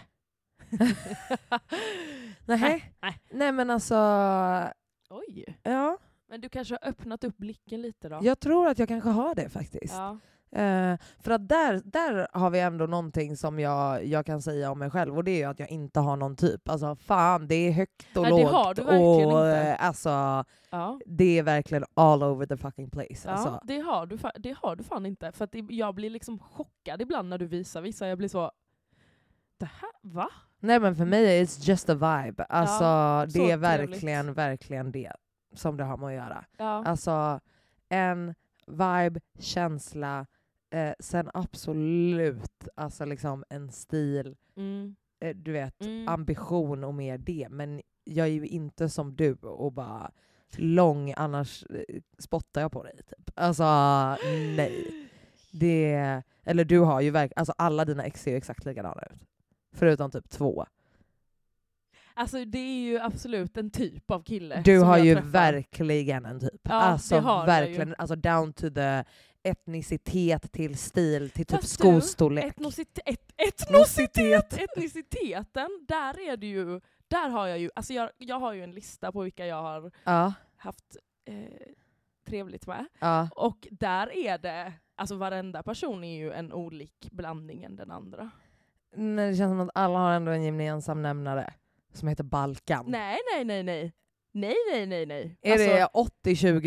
[SPEAKER 7] Nej.
[SPEAKER 6] Nej, nej.
[SPEAKER 7] Nej men alltså,
[SPEAKER 6] Oj.
[SPEAKER 7] ja.
[SPEAKER 6] Men du kanske har öppnat upp blicken lite då?
[SPEAKER 7] Jag tror att jag kanske har det faktiskt.
[SPEAKER 6] Ja.
[SPEAKER 7] Eh, för att där, där har vi ändå någonting som jag, jag kan säga om mig själv, och det är ju att jag inte har någon typ. Alltså fan, det är högt och
[SPEAKER 6] Nej, det
[SPEAKER 7] lågt.
[SPEAKER 6] har du verkligen
[SPEAKER 7] och,
[SPEAKER 6] inte.
[SPEAKER 7] eh, Alltså,
[SPEAKER 6] Ja.
[SPEAKER 7] det är verkligen all over the fucking place.
[SPEAKER 6] Ja,
[SPEAKER 7] Alltså.
[SPEAKER 6] det, har du, fa- det har du fan inte. För att det, jag blir liksom chockad ibland när du visar vissa. Jag blir så... Det här, va?
[SPEAKER 7] Nej men för mig är it's just a vibe. Alltså,
[SPEAKER 6] Ja,
[SPEAKER 7] det
[SPEAKER 6] så
[SPEAKER 7] är
[SPEAKER 6] trevligt.
[SPEAKER 7] verkligen, verkligen det som det har med att göra.
[SPEAKER 6] Ja.
[SPEAKER 7] Alltså, en vibe, känsla, eh, sen absolut alltså liksom en stil,
[SPEAKER 6] Mm.
[SPEAKER 7] eh, du vet,
[SPEAKER 6] Mm.
[SPEAKER 7] ambition och mer det. Men jag är ju inte som du och bara lång, annars eh, spottar jag på dig typ. Alltså nej. Det, eller du har ju verkligen, alltså alla dina ex ser ju exakt likadana ut. Förutom typ två.
[SPEAKER 6] Alltså det är ju absolut en typ av kille.
[SPEAKER 7] Du
[SPEAKER 6] som
[SPEAKER 7] har
[SPEAKER 6] jag
[SPEAKER 7] ju
[SPEAKER 6] träffar.
[SPEAKER 7] verkligen en typ.
[SPEAKER 6] Ja,
[SPEAKER 7] alltså
[SPEAKER 6] det har jag
[SPEAKER 7] verkligen,
[SPEAKER 6] ju.
[SPEAKER 7] alltså down to the etnicitet till stil till typ
[SPEAKER 6] Fast du,
[SPEAKER 7] skostorlek.
[SPEAKER 6] Etnocit- et- etnocitet! Etniciteten, där är det ju... Där har jag ju... Alltså jag, jag har ju en lista på vilka jag har
[SPEAKER 7] Ja,
[SPEAKER 6] haft eh, trevligt med.
[SPEAKER 7] ja.
[SPEAKER 6] Och där är det... Alltså varenda person är ju en olik blandning än den andra.
[SPEAKER 7] Men det känns som att alla har ändå en gemensam nämnare som heter Balkan.
[SPEAKER 6] Nej, nej, nej, nej. Nej, nej, nej, nej.
[SPEAKER 7] Är
[SPEAKER 6] Alltså,
[SPEAKER 7] det åttio tjugo då?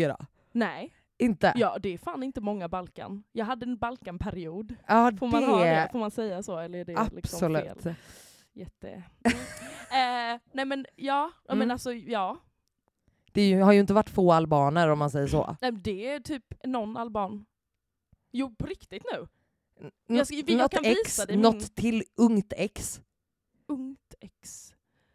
[SPEAKER 6] Nej.
[SPEAKER 7] Inte?
[SPEAKER 6] Ja, det är fan inte många Balkan. Jag hade en Balkanperiod.
[SPEAKER 7] Ja,
[SPEAKER 6] Får man
[SPEAKER 7] det...
[SPEAKER 6] ha det? Får man säga så? Eller är det
[SPEAKER 7] Absolut.
[SPEAKER 6] liksom fel? Jätte... Mm. eh, nej men ja, mm. men alltså ja.
[SPEAKER 7] Det är ju, har ju inte varit få albaner om man säger så.
[SPEAKER 6] Nej, det är typ någon alban. Jo, på riktigt nu.
[SPEAKER 7] N-
[SPEAKER 6] Jag, ska, jag
[SPEAKER 7] något
[SPEAKER 6] kan
[SPEAKER 7] ex,
[SPEAKER 6] visa dig min...
[SPEAKER 7] något till ungt ex.
[SPEAKER 6] Ungt ex.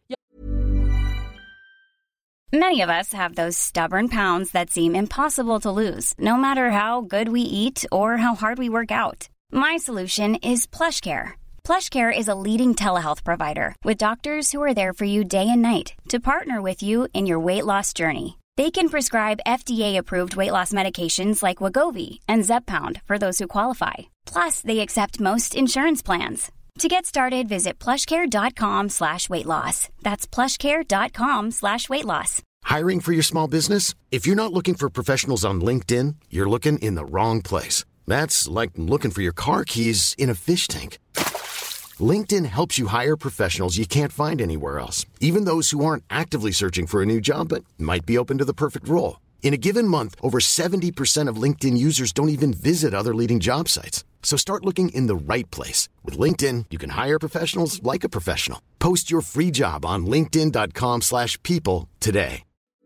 [SPEAKER 8] Many of us have those stubborn pounds that seem impossible to lose, no matter how good we eat or how hard we work out. My solution is PlushCare. PlushCare is a leading telehealth provider with doctors who are there for you day and night to partner with you in your weight loss journey. They can prescribe F D A-approved weight loss medications like Wegovy and Zepbound for those who qualify. Plus, they accept most insurance plans. To get started, visit plushcare.com slash weight loss. That's plushcare.com slash weight loss.
[SPEAKER 9] Hiring for your small business? If you're not looking for professionals on LinkedIn, you're looking in the wrong place. That's like looking for your car keys in a fish tank. LinkedIn helps you hire professionals you can't find anywhere else, even those who aren't actively searching for a new job but might be open to the perfect role. In a given month, over seventy percent of LinkedIn users don't even visit other leading job sites. So start looking in the right place. With LinkedIn, you can hire professionals like a professional. Post your free job on linkedin.com slash people today.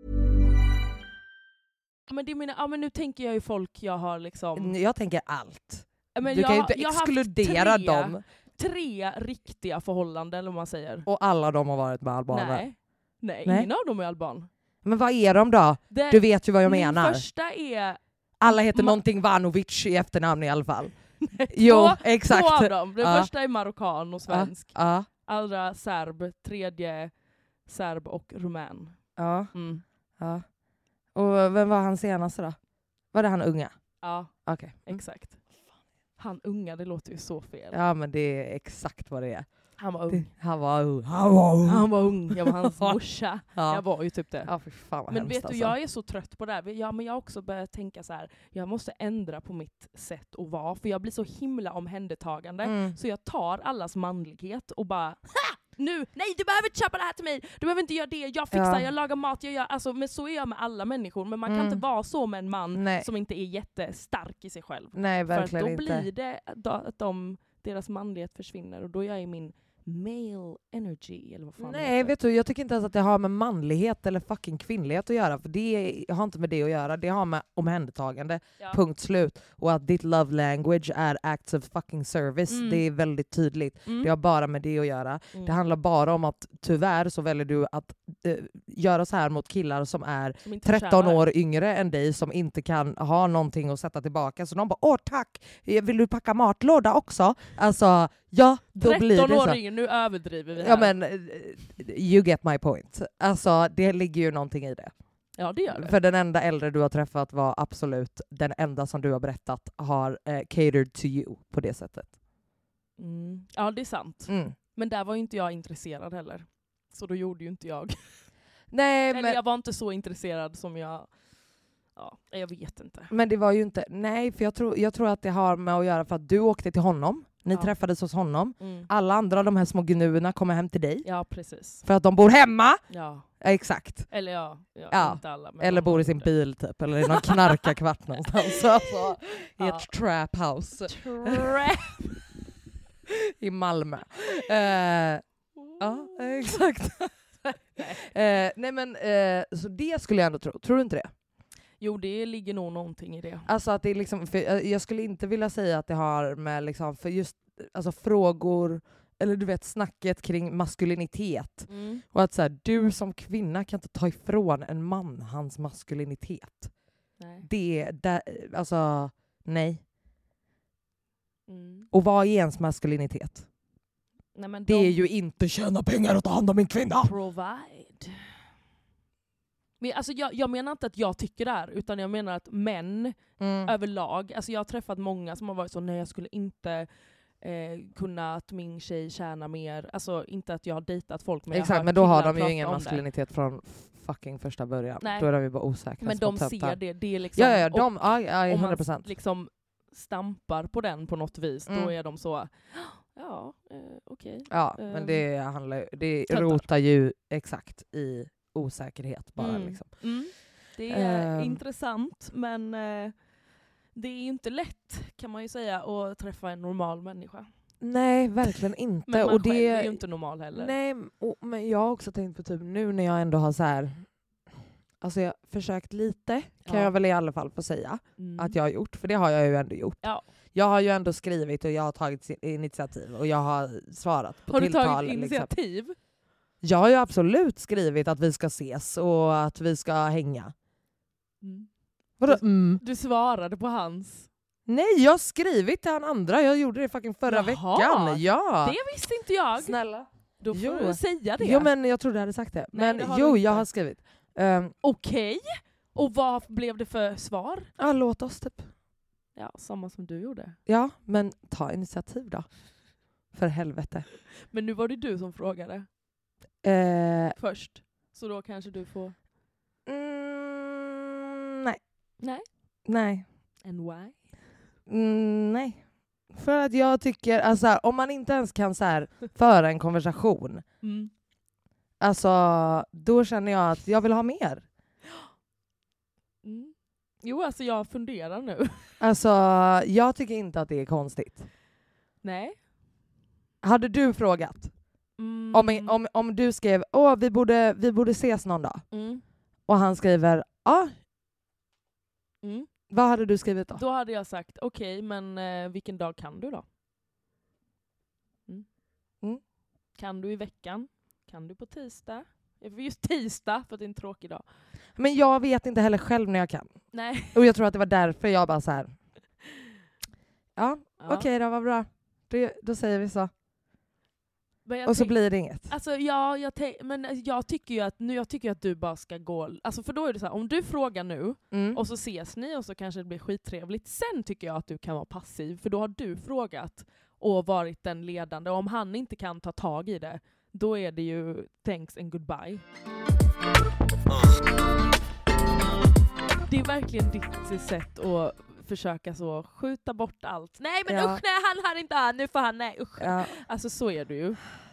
[SPEAKER 6] Men, det menar, ja, men nu tänker jag ju folk jag har liksom...
[SPEAKER 7] Jag tänker allt.
[SPEAKER 6] Men
[SPEAKER 7] du
[SPEAKER 6] jag,
[SPEAKER 7] kan ju inte
[SPEAKER 6] jag
[SPEAKER 7] exkludera
[SPEAKER 6] tre,
[SPEAKER 7] dem.
[SPEAKER 6] Tre riktiga förhållanden, om man säger.
[SPEAKER 7] Och alla de har varit med albaner.
[SPEAKER 6] Nej, Nej,
[SPEAKER 7] Nej.
[SPEAKER 6] ingen av dem är alban.
[SPEAKER 7] Men vad är de då?
[SPEAKER 6] Det,
[SPEAKER 7] du vet ju vad jag
[SPEAKER 6] min
[SPEAKER 7] menar.
[SPEAKER 6] Första är...
[SPEAKER 7] Alla heter
[SPEAKER 6] Ma-
[SPEAKER 7] någonting Vanovic i efternamn i alla fall.
[SPEAKER 6] två,
[SPEAKER 7] Jo, exakt.
[SPEAKER 6] Två av dem. Den
[SPEAKER 7] Ja.
[SPEAKER 6] första är marockan och svensk.
[SPEAKER 7] Ja,
[SPEAKER 6] Andra serb. Tredje serb och rumän.
[SPEAKER 7] ja,
[SPEAKER 6] Mm.
[SPEAKER 7] ja. Och vem var han senaste då? Var det han unga?
[SPEAKER 6] Ja,
[SPEAKER 7] Okej. Okay.
[SPEAKER 6] exakt. Han unga, det låter ju så fel.
[SPEAKER 7] Ja, men det är exakt vad det är.
[SPEAKER 6] Han var ung.
[SPEAKER 7] Det, han var ung. Han var ung.
[SPEAKER 6] Han var ung. Jag var hans morsa.
[SPEAKER 7] Ja.
[SPEAKER 6] Jag var ju typ det.
[SPEAKER 7] Ja, för fan vad
[SPEAKER 6] Men
[SPEAKER 7] hemskt,
[SPEAKER 6] vet du,
[SPEAKER 7] alltså.
[SPEAKER 6] jag är så trött på det här. Ja, men jag har också börjat tänka så här. Jag måste ändra på mitt sätt att vara. För jag blir så himla omhändertagande.
[SPEAKER 7] Mm.
[SPEAKER 6] Så jag tar allas manlighet och bara... Ha! Nu! Nej, du behöver inte köpa det här till mig! Du behöver inte göra det. Jag fixar,
[SPEAKER 7] Ja.
[SPEAKER 6] jag lagar mat. Jag gör, alltså, men så är jag med alla människor. Men man
[SPEAKER 7] Mm.
[SPEAKER 6] kan inte vara så med en man
[SPEAKER 7] Nej.
[SPEAKER 6] som inte är jättestark i sig själv.
[SPEAKER 7] Nej,
[SPEAKER 6] För att
[SPEAKER 7] verkligen
[SPEAKER 6] då
[SPEAKER 7] inte.
[SPEAKER 6] blir det då, att de, deras manlighet försvinner. Och då är jag i min male energy. Eller vad fan det
[SPEAKER 7] Nej,
[SPEAKER 6] heter.
[SPEAKER 7] vet du, jag tycker inte ens att det har med manlighet eller fucking kvinnlighet att göra. För det har inte med det att göra. Det har med omhändertagande.
[SPEAKER 6] Ja.
[SPEAKER 7] Punkt slut. Och att ditt love language är acts of fucking service.
[SPEAKER 6] Mm.
[SPEAKER 7] Det är väldigt tydligt.
[SPEAKER 6] Mm.
[SPEAKER 7] Det har bara med det att göra.
[SPEAKER 6] Mm.
[SPEAKER 7] Det handlar bara om att tyvärr så väljer du att eh, göra så här mot killar som är
[SPEAKER 6] Som inte
[SPEAKER 7] tretton
[SPEAKER 6] förtjänar.
[SPEAKER 7] år yngre än dig, som inte kan ha någonting att sätta tillbaka. Så de bara, åh tack, vill du packa matlåda också? Alltså, ja, då blir
[SPEAKER 6] tretton
[SPEAKER 7] det
[SPEAKER 6] år
[SPEAKER 7] så.
[SPEAKER 6] yngre, nu överdriver vi här.
[SPEAKER 7] Ja men, eh, you get my point. Alltså, det ligger ju någonting i det.
[SPEAKER 6] Ja, det gör det.
[SPEAKER 7] För den enda äldre du har träffat var absolut den enda som du har berättat har eh, catered to you på det sättet.
[SPEAKER 6] Mm. Ja, det är sant.
[SPEAKER 7] Mm.
[SPEAKER 6] Men där var ju inte jag intresserad heller. Så då gjorde ju inte jag.
[SPEAKER 7] Nej,
[SPEAKER 6] Eller
[SPEAKER 7] men,
[SPEAKER 6] jag var inte så intresserad som jag... Ja, jag vet inte.
[SPEAKER 7] men det var ju inte... Nej, för jag tror, jag tror att det har med att göra för att du åkte till honom. Ni
[SPEAKER 6] Ja.
[SPEAKER 7] träffades hos honom.
[SPEAKER 6] Mm.
[SPEAKER 7] Alla andra, de här små gnuerna, kommer hem till dig.
[SPEAKER 6] Ja, precis.
[SPEAKER 7] För att de bor hemma.
[SPEAKER 6] Ja.
[SPEAKER 7] Ja, exakt.
[SPEAKER 6] Eller ja, ja,
[SPEAKER 7] Ja.
[SPEAKER 6] inte alla. Men
[SPEAKER 7] Eller
[SPEAKER 6] de
[SPEAKER 7] bor
[SPEAKER 6] har
[SPEAKER 7] i sin
[SPEAKER 6] det.
[SPEAKER 7] bil typ. Eller i någon knarkarkvart någonstans. Alltså, I
[SPEAKER 6] Ja.
[SPEAKER 7] ett trap house.
[SPEAKER 6] Trap.
[SPEAKER 7] I Malmö. Eh, ja, exakt. eh, nej men, eh, så det skulle jag ändå tro. Tror du inte det?
[SPEAKER 6] Jo, det ligger nog någonting i det.
[SPEAKER 7] Alltså att det är liksom, för jag jag skulle inte vilja säga att det har med liksom, för just alltså frågor, eller du vet snacket kring maskulinitet.
[SPEAKER 6] Mm.
[SPEAKER 7] Och att så här, du som kvinna kan inte ta ifrån en man hans maskulinitet.
[SPEAKER 6] Nej.
[SPEAKER 7] Det, det alltså, nej.
[SPEAKER 6] Mm.
[SPEAKER 7] Och vad är ens maskulinitet?
[SPEAKER 6] Nej, men
[SPEAKER 7] Det
[SPEAKER 6] de
[SPEAKER 7] är ju inte tjäna pengar och ta hand om min kvinna.
[SPEAKER 6] provide. Men alltså jag, jag menar inte att jag tycker det här, utan jag menar att män
[SPEAKER 7] Mm.
[SPEAKER 6] överlag, alltså jag har träffat många som har varit så, nej jag skulle inte eh, kunna att min tjej tjänar mer, alltså inte att jag har dejtat folk, men jag
[SPEAKER 7] Exakt,
[SPEAKER 6] hört
[SPEAKER 7] men då har
[SPEAKER 6] killar
[SPEAKER 7] de ju
[SPEAKER 6] prata
[SPEAKER 7] ingen
[SPEAKER 6] om det.
[SPEAKER 7] maskulinitet från fucking första början.
[SPEAKER 6] Nej.
[SPEAKER 7] Då är de ju bara osäkra.
[SPEAKER 6] Men
[SPEAKER 7] små
[SPEAKER 6] de
[SPEAKER 7] töttar.
[SPEAKER 6] ser det, det är liksom,
[SPEAKER 7] Ja, ja,
[SPEAKER 6] och
[SPEAKER 7] de, ja, ja,
[SPEAKER 6] om man
[SPEAKER 7] hundra procent.
[SPEAKER 6] liksom stampar på den på något vis,
[SPEAKER 7] Mm.
[SPEAKER 6] då är de så, ja, eh, okej.
[SPEAKER 7] Ja,
[SPEAKER 6] Ehm,
[SPEAKER 7] men det handlar det
[SPEAKER 6] töttar.
[SPEAKER 7] rotar ju exakt i osäkerhet bara
[SPEAKER 6] Mm.
[SPEAKER 7] liksom.
[SPEAKER 6] Mm. Det är
[SPEAKER 7] Um,
[SPEAKER 6] intressant, men eh, det är ju inte lätt kan man ju säga att träffa en normal människa.
[SPEAKER 7] Nej, verkligen inte.
[SPEAKER 6] Men man
[SPEAKER 7] och det
[SPEAKER 6] själv är ju inte normal heller.
[SPEAKER 7] Nej, och, men jag har också tänkt på typ nu när jag ändå har så här, alltså jag har försökt lite, kan
[SPEAKER 6] Ja.
[SPEAKER 7] jag väl i alla fall få säga
[SPEAKER 6] Mm.
[SPEAKER 7] att jag har gjort, för det har jag ju ändå gjort.
[SPEAKER 6] Ja.
[SPEAKER 7] Jag har ju ändå skrivit och jag har tagit si- initiativ och jag har svarat på
[SPEAKER 6] Har du
[SPEAKER 7] tilltal.
[SPEAKER 6] tagit
[SPEAKER 7] liksom.
[SPEAKER 6] initiativ?
[SPEAKER 7] Jag har ju absolut skrivit att vi ska ses och att vi ska hänga.
[SPEAKER 6] Mm.
[SPEAKER 7] Vadå?
[SPEAKER 6] Du-
[SPEAKER 7] Mm.
[SPEAKER 6] Du svarade på hans.
[SPEAKER 7] Nej, jag har skrivit till han andra. Jag gjorde det fucking förra
[SPEAKER 6] Jaha.
[SPEAKER 7] veckan. Ja.
[SPEAKER 6] Det visste inte jag.
[SPEAKER 7] Snälla.
[SPEAKER 6] Då får
[SPEAKER 7] Jo.
[SPEAKER 6] du säga det.
[SPEAKER 7] Jo, men jag trodde jag hade sagt det.
[SPEAKER 6] Nej,
[SPEAKER 7] Men
[SPEAKER 6] det har du
[SPEAKER 7] jo,
[SPEAKER 6] inte.
[SPEAKER 7] jag har skrivit. Um,
[SPEAKER 6] Okej. Och vad blev det för svar?
[SPEAKER 7] ja, låt oss typ.
[SPEAKER 6] Ja, samma som du gjorde.
[SPEAKER 7] Ja, men ta initiativ då. För helvete.
[SPEAKER 6] Men nu var det du som frågade
[SPEAKER 7] Eh,
[SPEAKER 6] först. Så då kanske du får...
[SPEAKER 7] mm, nej.
[SPEAKER 6] Nej.
[SPEAKER 7] Nej.
[SPEAKER 6] And why?
[SPEAKER 7] Mm, nej. För att jag tycker, alltså, om man inte ens kan så här, föra en konversation,
[SPEAKER 6] Mm.
[SPEAKER 7] alltså, då känner jag att jag vill ha mer.
[SPEAKER 6] Mm. Jo, alltså jag funderar nu.
[SPEAKER 7] Alltså, jag tycker inte att det är konstigt.
[SPEAKER 6] Nej.
[SPEAKER 7] Hade du frågat?
[SPEAKER 6] Mm.
[SPEAKER 7] Om, om, om du skrev, åh, vi borde, vi borde ses någon dag.
[SPEAKER 6] Mm.
[SPEAKER 7] Och han skriver, ja,
[SPEAKER 6] Mm.
[SPEAKER 7] vad hade du skrivit då?
[SPEAKER 6] Då hade jag sagt, okej, men eh, vilken dag kan du då? Mm.
[SPEAKER 7] Mm.
[SPEAKER 6] Kan du i veckan? Kan du på tisdag? Just tisdag, för att det är en tråkig dag.
[SPEAKER 7] Men jag vet inte heller själv när jag kan.
[SPEAKER 6] Nej.
[SPEAKER 7] Och jag tror att det var därför jag bara så här. Ja,
[SPEAKER 6] Ja.
[SPEAKER 7] okej då, vad bra. Då, då säger vi så.
[SPEAKER 6] Men jag
[SPEAKER 7] Och så
[SPEAKER 6] tänk-
[SPEAKER 7] blir det inget.
[SPEAKER 6] Alltså ja, jag te- men jag tycker ju att nu jag tycker att du bara ska gå, alltså för då är det så här, om du frågar nu
[SPEAKER 7] Mm.
[SPEAKER 6] och så ses ni och så kanske det blir skittrevligt, sen tycker jag att du kan vara passiv, för då har du frågat och varit den ledande, och om han inte kan ta tag i det, då är det ju thanks and goodbye. Det är verkligen ditt sätt att försöka så skjuta bort allt. Nej men
[SPEAKER 7] Ja.
[SPEAKER 6] usch, nej han har inte han, nu får han, nej usch.
[SPEAKER 7] Ja,
[SPEAKER 6] Alltså så är du ju.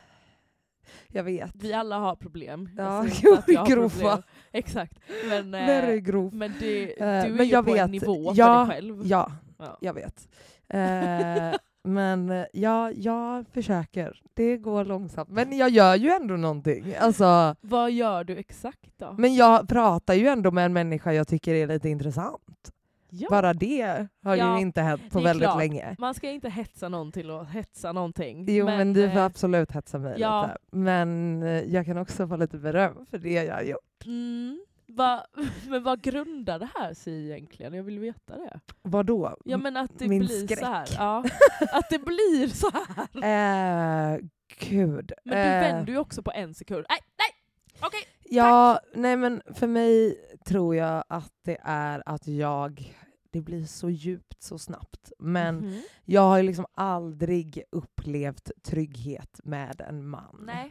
[SPEAKER 7] jag vet.
[SPEAKER 6] Vi alla har problem.
[SPEAKER 7] Ja,
[SPEAKER 6] Jag säger inte att jag har
[SPEAKER 7] grova.
[SPEAKER 6] problem. Exakt. Men, eh,
[SPEAKER 7] Very grov.
[SPEAKER 6] men det, du
[SPEAKER 7] Eh,
[SPEAKER 6] är
[SPEAKER 7] men
[SPEAKER 6] ju
[SPEAKER 7] jag
[SPEAKER 6] på
[SPEAKER 7] vet.
[SPEAKER 6] en nivå
[SPEAKER 7] Ja,
[SPEAKER 6] för dig själv.
[SPEAKER 7] Ja,
[SPEAKER 6] Ja.
[SPEAKER 7] jag vet. Eh, men eh, ja, jag försöker. Det går långsamt. Men jag gör ju ändå någonting. Alltså,
[SPEAKER 6] Vad gör du exakt då?
[SPEAKER 7] men jag pratar ju ändå med en människa jag tycker är lite intressant.
[SPEAKER 6] ja.
[SPEAKER 7] Bara det har
[SPEAKER 6] Ja,
[SPEAKER 7] ju inte hänt på
[SPEAKER 6] det är
[SPEAKER 7] väldigt
[SPEAKER 6] klart.
[SPEAKER 7] länge.
[SPEAKER 6] Man ska inte hetsa någon till att hetsa någonting.
[SPEAKER 7] Jo, men, du får
[SPEAKER 6] eh,
[SPEAKER 7] absolut hetsa mig
[SPEAKER 6] ja.
[SPEAKER 7] lite. Men eh, jag kan också få lite beröm för det jag har gjort.
[SPEAKER 6] mm, va, men vad grundar det här sig egentligen? Jag vill veta det.
[SPEAKER 7] Vadå?
[SPEAKER 6] Ja men att det
[SPEAKER 7] Min
[SPEAKER 6] blir
[SPEAKER 7] skräck.
[SPEAKER 6] så här. Ja, att det blir så här.
[SPEAKER 7] Eh, gud.
[SPEAKER 6] Men du
[SPEAKER 7] Eh,
[SPEAKER 6] vänder ju också på en sekund. Nej, nej! Okej!
[SPEAKER 7] Ja, nej men för mig tror jag att det är att jag, det blir så djupt så snabbt. Men
[SPEAKER 6] Mhm.
[SPEAKER 7] jag har ju liksom aldrig upplevt trygghet med en man.
[SPEAKER 6] Nej.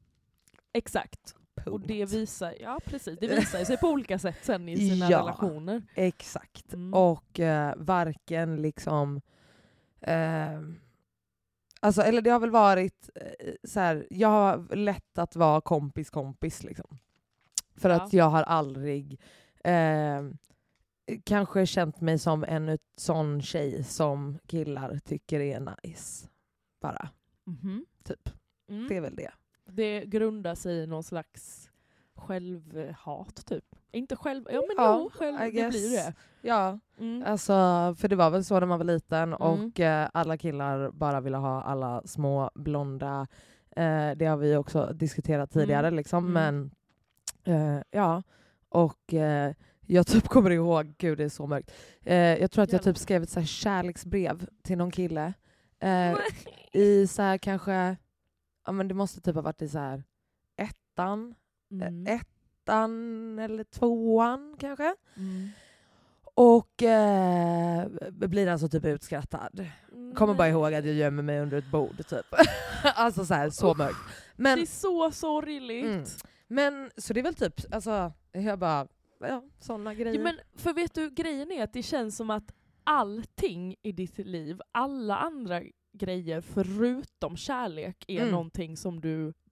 [SPEAKER 6] Exakt. Och
[SPEAKER 7] Punkt.
[SPEAKER 6] det visar, ja precis, det visar sig på olika sätt sen i sina
[SPEAKER 7] Ja.
[SPEAKER 6] relationer.
[SPEAKER 7] Exakt.
[SPEAKER 6] Mm.
[SPEAKER 7] Och eh, varken liksom... Eh, alltså, eller det har väl varit eh, så här, jag har lätt att vara kompis kompis liksom. För
[SPEAKER 6] Ja.
[SPEAKER 7] att jag har aldrig eh, kanske känt mig som en ut- sån tjej som killar tycker är nice. Bara,
[SPEAKER 6] Mhm.
[SPEAKER 7] typ.
[SPEAKER 6] Mm.
[SPEAKER 7] Det är väl det.
[SPEAKER 6] Det grundar sig i någon slags självhat typ. Inte själv, ja men
[SPEAKER 7] Ja,
[SPEAKER 6] jo, själv,
[SPEAKER 7] I
[SPEAKER 6] det
[SPEAKER 7] guess.
[SPEAKER 6] blir det.
[SPEAKER 7] Ja,
[SPEAKER 6] Mm.
[SPEAKER 7] alltså, för det var väl så när man var liten
[SPEAKER 6] Mm.
[SPEAKER 7] och eh, alla killar bara ville ha alla små blonda. Eh, det har vi också diskuterat tidigare
[SPEAKER 6] Mm.
[SPEAKER 7] liksom,
[SPEAKER 6] Mm.
[SPEAKER 7] men eh, ja. Och eh, jag typ kommer ihåg, gud det är så mörkt. Eh, jag tror att jag
[SPEAKER 6] Jävlar.
[SPEAKER 7] typ skrev ett så här kärleksbrev till någon kille. Eh, I så här kanske, ja men det måste typ ha varit i så här ettan,
[SPEAKER 6] Mm.
[SPEAKER 7] eh, ettan eller tvåan kanske.
[SPEAKER 6] Mm.
[SPEAKER 7] Och eh, blir alltså typ utskrattad. Kommer bara
[SPEAKER 6] Nej.
[SPEAKER 7] ihåg att jag gömmer mig under ett bord typ. Alltså så här, så mörkt. Men,
[SPEAKER 6] Det är så sorgligt.
[SPEAKER 7] mm, men så det är väl typ, alltså jag bara, ja sådana grejer.
[SPEAKER 6] Ja, men för vet du, grejen är att det känns som att allting i ditt liv, alla andra grejer förutom kärlek är
[SPEAKER 7] Mm.
[SPEAKER 6] någonting som du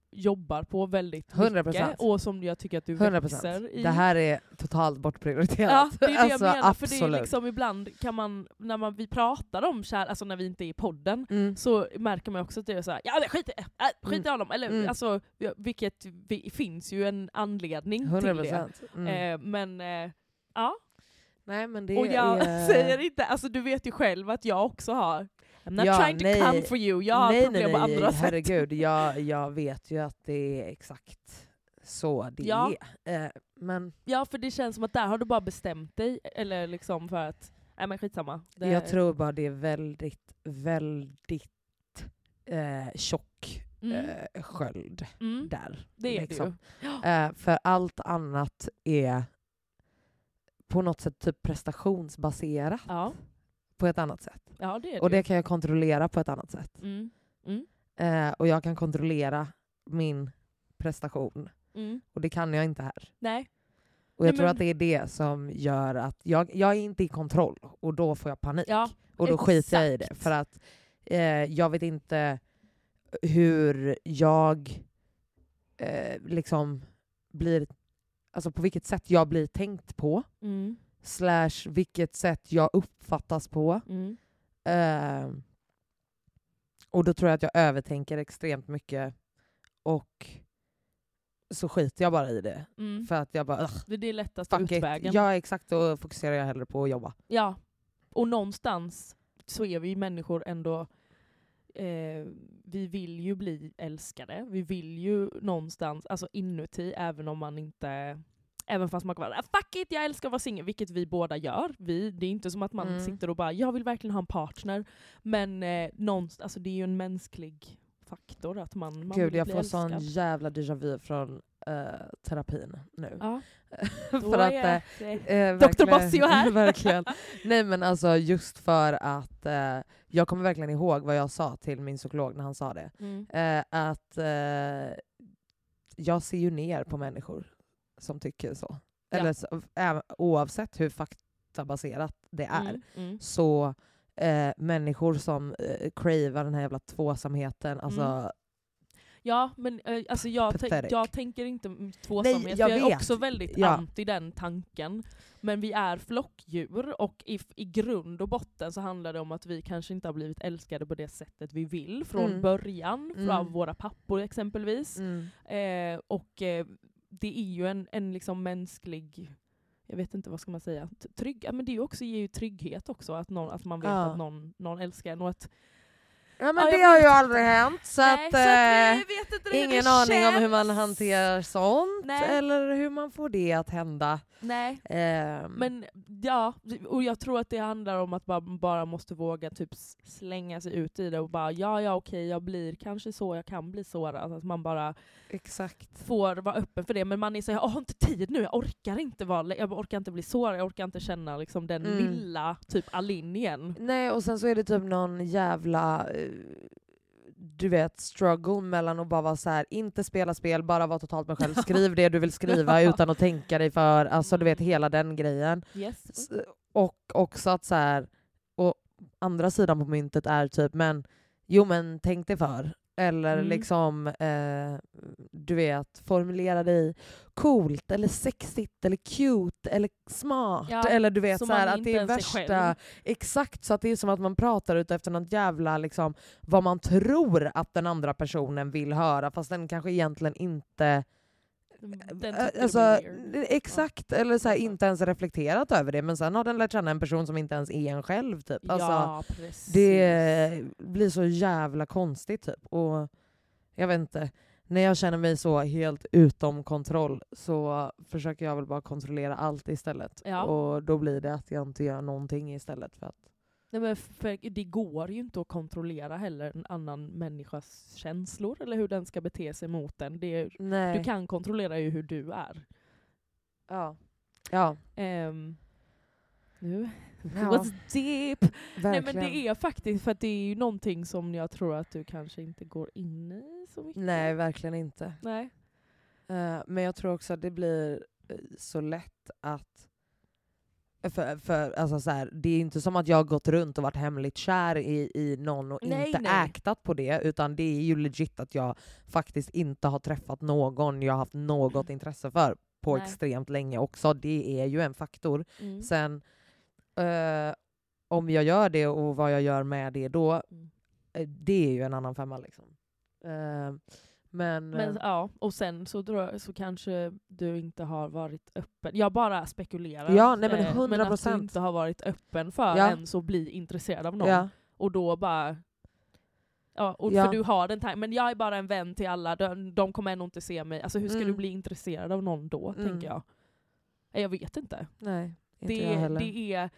[SPEAKER 6] jobbar på väldigt
[SPEAKER 7] hundra
[SPEAKER 6] mycket
[SPEAKER 7] procent.
[SPEAKER 6] och som jag tycker att du
[SPEAKER 7] hundra procent.
[SPEAKER 6] växer i.
[SPEAKER 7] Det här är totalt bortprioriterat.
[SPEAKER 6] Ja, det är det
[SPEAKER 7] alltså,
[SPEAKER 6] jag menar. För
[SPEAKER 7] absolut.
[SPEAKER 6] det är liksom ibland kan man, när man, vi pratar om kär, alltså när vi inte är i podden,
[SPEAKER 7] Mm.
[SPEAKER 6] så märker man också att det är så här, ja men skit i, äh, skit i
[SPEAKER 7] Mm.
[SPEAKER 6] honom. Eller,
[SPEAKER 7] Mm.
[SPEAKER 6] alltså, ja, vilket vi, finns ju en anledning
[SPEAKER 7] hundra
[SPEAKER 6] till det.
[SPEAKER 7] procent. Mm.
[SPEAKER 6] Eh, men eh, ja.
[SPEAKER 7] Nej, men det
[SPEAKER 6] Och jag
[SPEAKER 7] är...
[SPEAKER 6] säger inte, alltså du vet ju själv att jag också har, I'm not
[SPEAKER 7] Ja,
[SPEAKER 6] trying to
[SPEAKER 7] nej.
[SPEAKER 6] come for you, jag har
[SPEAKER 7] nej,
[SPEAKER 6] problem
[SPEAKER 7] nej,
[SPEAKER 6] på
[SPEAKER 7] nej,
[SPEAKER 6] andra sätt.
[SPEAKER 7] herregud. Jag, jag vet ju att det är exakt så det
[SPEAKER 6] Ja.
[SPEAKER 7] är. Eh, men
[SPEAKER 6] Ja, för det känns som att där har du bara bestämt dig, eller liksom för att, nej men skitsamma. Det,
[SPEAKER 7] jag tror bara det är väldigt, väldigt eh, tjock
[SPEAKER 6] Mm.
[SPEAKER 7] eh, sköld
[SPEAKER 6] Mm.
[SPEAKER 7] där.
[SPEAKER 6] Det är
[SPEAKER 7] liksom.
[SPEAKER 6] det ju.
[SPEAKER 7] Eh, för allt annat är på något sätt typ prestationsbaserat
[SPEAKER 6] Ja,
[SPEAKER 7] på ett annat sätt.
[SPEAKER 6] ja det är det
[SPEAKER 7] Och det
[SPEAKER 6] ju.
[SPEAKER 7] kan jag kontrollera på ett annat sätt.
[SPEAKER 6] Mm. Mm.
[SPEAKER 7] Eh, och jag kan kontrollera min prestation.
[SPEAKER 6] Mm.
[SPEAKER 7] Och det kan jag inte här.
[SPEAKER 6] Nej.
[SPEAKER 7] Och jag
[SPEAKER 6] Nej,
[SPEAKER 7] tror
[SPEAKER 6] men-
[SPEAKER 7] att det är det som gör att jag, jag är inte i kontroll. Och då får jag panik.
[SPEAKER 6] Ja,
[SPEAKER 7] och då skiter jag i det.
[SPEAKER 6] exakt.
[SPEAKER 7] För att eh, jag vet inte hur jag eh, liksom blir... Alltså på vilket sätt jag blir tänkt på.
[SPEAKER 6] Mm.
[SPEAKER 7] Slash vilket sätt jag uppfattas på.
[SPEAKER 6] Mm.
[SPEAKER 7] Eh, och då tror jag att jag övertänker extremt mycket. Och så skiter jag bara i det.
[SPEAKER 6] Mm.
[SPEAKER 7] För att jag bara... Ugh,
[SPEAKER 6] Det är det lättaste
[SPEAKER 7] fuck it.
[SPEAKER 6] utvägen.
[SPEAKER 7] Ja, exakt. Då fokuserar jag hellre på att jobba.
[SPEAKER 6] Ja. Och någonstans så är vi människor ändå, eh, vi vill ju bli älskade. Vi vill ju någonstans, alltså inuti, även om man inte... Även fast man kan vara fuck it, jag älskar att vara singel, vilket vi båda gör. Vi, det är inte som att man
[SPEAKER 7] Mm.
[SPEAKER 6] sitter och bara, jag vill verkligen ha en partner. Men eh, någonstans, alltså det är ju en mänsklig faktor att man, man
[SPEAKER 7] Gud,
[SPEAKER 6] vill
[SPEAKER 7] jag
[SPEAKER 6] bli
[SPEAKER 7] får
[SPEAKER 6] älskad.
[SPEAKER 7] sån jävla déjà vu från eh, terapin nu.
[SPEAKER 6] Ja.
[SPEAKER 7] för
[SPEAKER 6] Då
[SPEAKER 7] att...
[SPEAKER 6] är
[SPEAKER 7] Eh,
[SPEAKER 6] det-
[SPEAKER 7] eh,
[SPEAKER 6] doktor
[SPEAKER 7] verkligen-
[SPEAKER 6] Bossio här.
[SPEAKER 7] verkligen. Nej men alltså just för att eh, jag kommer verkligen ihåg vad jag sa till min psykolog när han sa det.
[SPEAKER 6] Mm.
[SPEAKER 7] Eh, att eh, jag ser ju ner på människor som tycker så.
[SPEAKER 6] Ja.
[SPEAKER 7] Eller så, även, oavsett hur faktabaserat det är.
[SPEAKER 6] Mm. Mm.
[SPEAKER 7] Så eh, människor som eh, cravar den här jävla tvåsamheten, alltså
[SPEAKER 6] Mm. Ja, men eh, alltså jag, tän-
[SPEAKER 7] Pathetic.
[SPEAKER 6] jag tänker inte m- tvåsamhet,
[SPEAKER 7] Nej,
[SPEAKER 6] för
[SPEAKER 7] jag
[SPEAKER 6] jag är
[SPEAKER 7] vet.
[SPEAKER 6] också väldigt
[SPEAKER 7] Ja.
[SPEAKER 6] anti den tanken. Men vi är flockdjur, och i, i grund och botten så handlar det om att vi kanske inte har blivit älskade på det sättet vi vill från
[SPEAKER 7] Mm.
[SPEAKER 6] början,
[SPEAKER 7] Mm.
[SPEAKER 6] av våra pappor exempelvis.
[SPEAKER 7] mm.
[SPEAKER 6] Eh, och eh, det är ju en, en liksom mänsklig, jag vet inte vad ska man säga, t- trygg, ja, men det är ju också, ger ju trygghet också, att, någon, att man vet
[SPEAKER 7] Ja.
[SPEAKER 6] att någon, någon älskar en. Och att,
[SPEAKER 7] Ja men
[SPEAKER 6] Ja, jag
[SPEAKER 7] det har
[SPEAKER 6] vet
[SPEAKER 7] ju
[SPEAKER 6] inte.
[SPEAKER 7] aldrig hänt så
[SPEAKER 6] Nej,
[SPEAKER 7] att,
[SPEAKER 6] så att
[SPEAKER 7] eh,
[SPEAKER 6] vi vet inte hur
[SPEAKER 7] ingen
[SPEAKER 6] det
[SPEAKER 7] aning om hur man
[SPEAKER 6] känns.
[SPEAKER 7] hanterar sånt
[SPEAKER 6] Nej.
[SPEAKER 7] eller hur man får det att hända.
[SPEAKER 6] Nej.
[SPEAKER 7] Ehm,
[SPEAKER 6] Men ja, och jag tror att det handlar om att man bara måste våga typ s- slänga sig ut i det och bara ja, ja okej, jag blir kanske så, jag kan bli sårad. Alltså att man bara
[SPEAKER 7] exakt.
[SPEAKER 6] får vara öppen för det. Men man är så här, jag har inte tid nu, jag orkar inte vara, jag orkar inte bli sårad, jag orkar inte känna liksom den
[SPEAKER 7] Mm.
[SPEAKER 6] lilla typ Alin igen.
[SPEAKER 7] Nej, och sen så är det typ någon jävla eh, du vet, struggle mellan att bara vara så här, inte spela spel, bara vara totalt mig själv, skriv det du vill skriva utan att tänka dig för, alltså du vet hela den grejen.
[SPEAKER 6] Yes.
[SPEAKER 7] S- Och också att så här, och andra sidan på myntet är typ, men jo men tänk dig för. Eller
[SPEAKER 6] Mm.
[SPEAKER 7] liksom, eh, du vet, formulera dig coolt eller sexigt eller cute eller smart.
[SPEAKER 6] Ja,
[SPEAKER 7] eller du vet
[SPEAKER 6] så
[SPEAKER 7] så här,
[SPEAKER 6] man
[SPEAKER 7] att
[SPEAKER 6] inte
[SPEAKER 7] det är
[SPEAKER 6] ens är
[SPEAKER 7] värsta,
[SPEAKER 6] själv.
[SPEAKER 7] exakt, så att det är som att man pratar ut efter något jävla, liksom, vad man tror att den andra personen vill höra, fast den kanske egentligen inte
[SPEAKER 6] Den tycker
[SPEAKER 7] Ä-
[SPEAKER 6] det
[SPEAKER 7] alltså,
[SPEAKER 6] blir weird.
[SPEAKER 7] exakt, eller så här, inte ens reflekterat över det, men sen har den lärt känna en person som inte ens är en själv. Typ. Alltså,
[SPEAKER 6] Ja, precis.
[SPEAKER 7] det blir så jävla konstigt. Typ. Och jag vet inte, när jag känner mig så helt utom kontroll så försöker jag väl bara kontrollera allt istället.
[SPEAKER 6] Ja.
[SPEAKER 7] Och då blir det att jag inte gör någonting istället. För att,
[SPEAKER 6] Nej, men för det går ju inte att kontrollera heller en annan människas känslor eller hur den ska bete sig mot den. Det är,
[SPEAKER 7] nej.
[SPEAKER 6] du kan kontrollera ju hur du är.
[SPEAKER 7] Ja. Ja,
[SPEAKER 6] Um, nu
[SPEAKER 7] Ja.
[SPEAKER 6] was deep. Nej,
[SPEAKER 7] verkligen.
[SPEAKER 6] men det är faktiskt, för att det är ju någonting som jag tror att du kanske inte går in i så mycket.
[SPEAKER 7] Nej, verkligen inte.
[SPEAKER 6] Nej.
[SPEAKER 7] Eh, men jag tror också att det blir eh, så lätt att För, för, alltså så här, det är inte som att jag har gått runt och varit hemligt kär i, i någon och
[SPEAKER 6] Nej,
[SPEAKER 7] inte
[SPEAKER 6] nej.
[SPEAKER 7] äktat på det, utan det är ju legit att jag faktiskt inte har träffat någon jag har haft något intresse för på
[SPEAKER 6] Nej.
[SPEAKER 7] extremt länge också. Det är ju en faktor.
[SPEAKER 6] Mm.
[SPEAKER 7] Sen eh, om jag gör det och vad jag gör med det då,
[SPEAKER 6] Mm.
[SPEAKER 7] eh, det är ju en annan femma liksom. Eh, men
[SPEAKER 6] Men
[SPEAKER 7] eh,
[SPEAKER 6] ja, och sen så, drar, så kanske du inte har varit öppen. Jag bara spekulerar.
[SPEAKER 7] Ja, nej, men
[SPEAKER 6] eh,
[SPEAKER 7] hundra
[SPEAKER 6] Men att
[SPEAKER 7] procent.
[SPEAKER 6] du inte har varit öppen för
[SPEAKER 7] Ja.
[SPEAKER 6] ens att bli intresserad av någon.
[SPEAKER 7] ja,
[SPEAKER 6] Och då bara... Ja, och
[SPEAKER 7] Ja.
[SPEAKER 6] för du har den tanken. Men jag är bara en vän till alla. De, de kommer ändå inte se mig. Alltså hur ska
[SPEAKER 7] Mm.
[SPEAKER 6] du bli intresserad av någon då,
[SPEAKER 7] Mm.
[SPEAKER 6] tänker jag. Nej, jag vet inte.
[SPEAKER 7] nej, inte
[SPEAKER 6] Det,
[SPEAKER 7] jag heller.
[SPEAKER 6] det är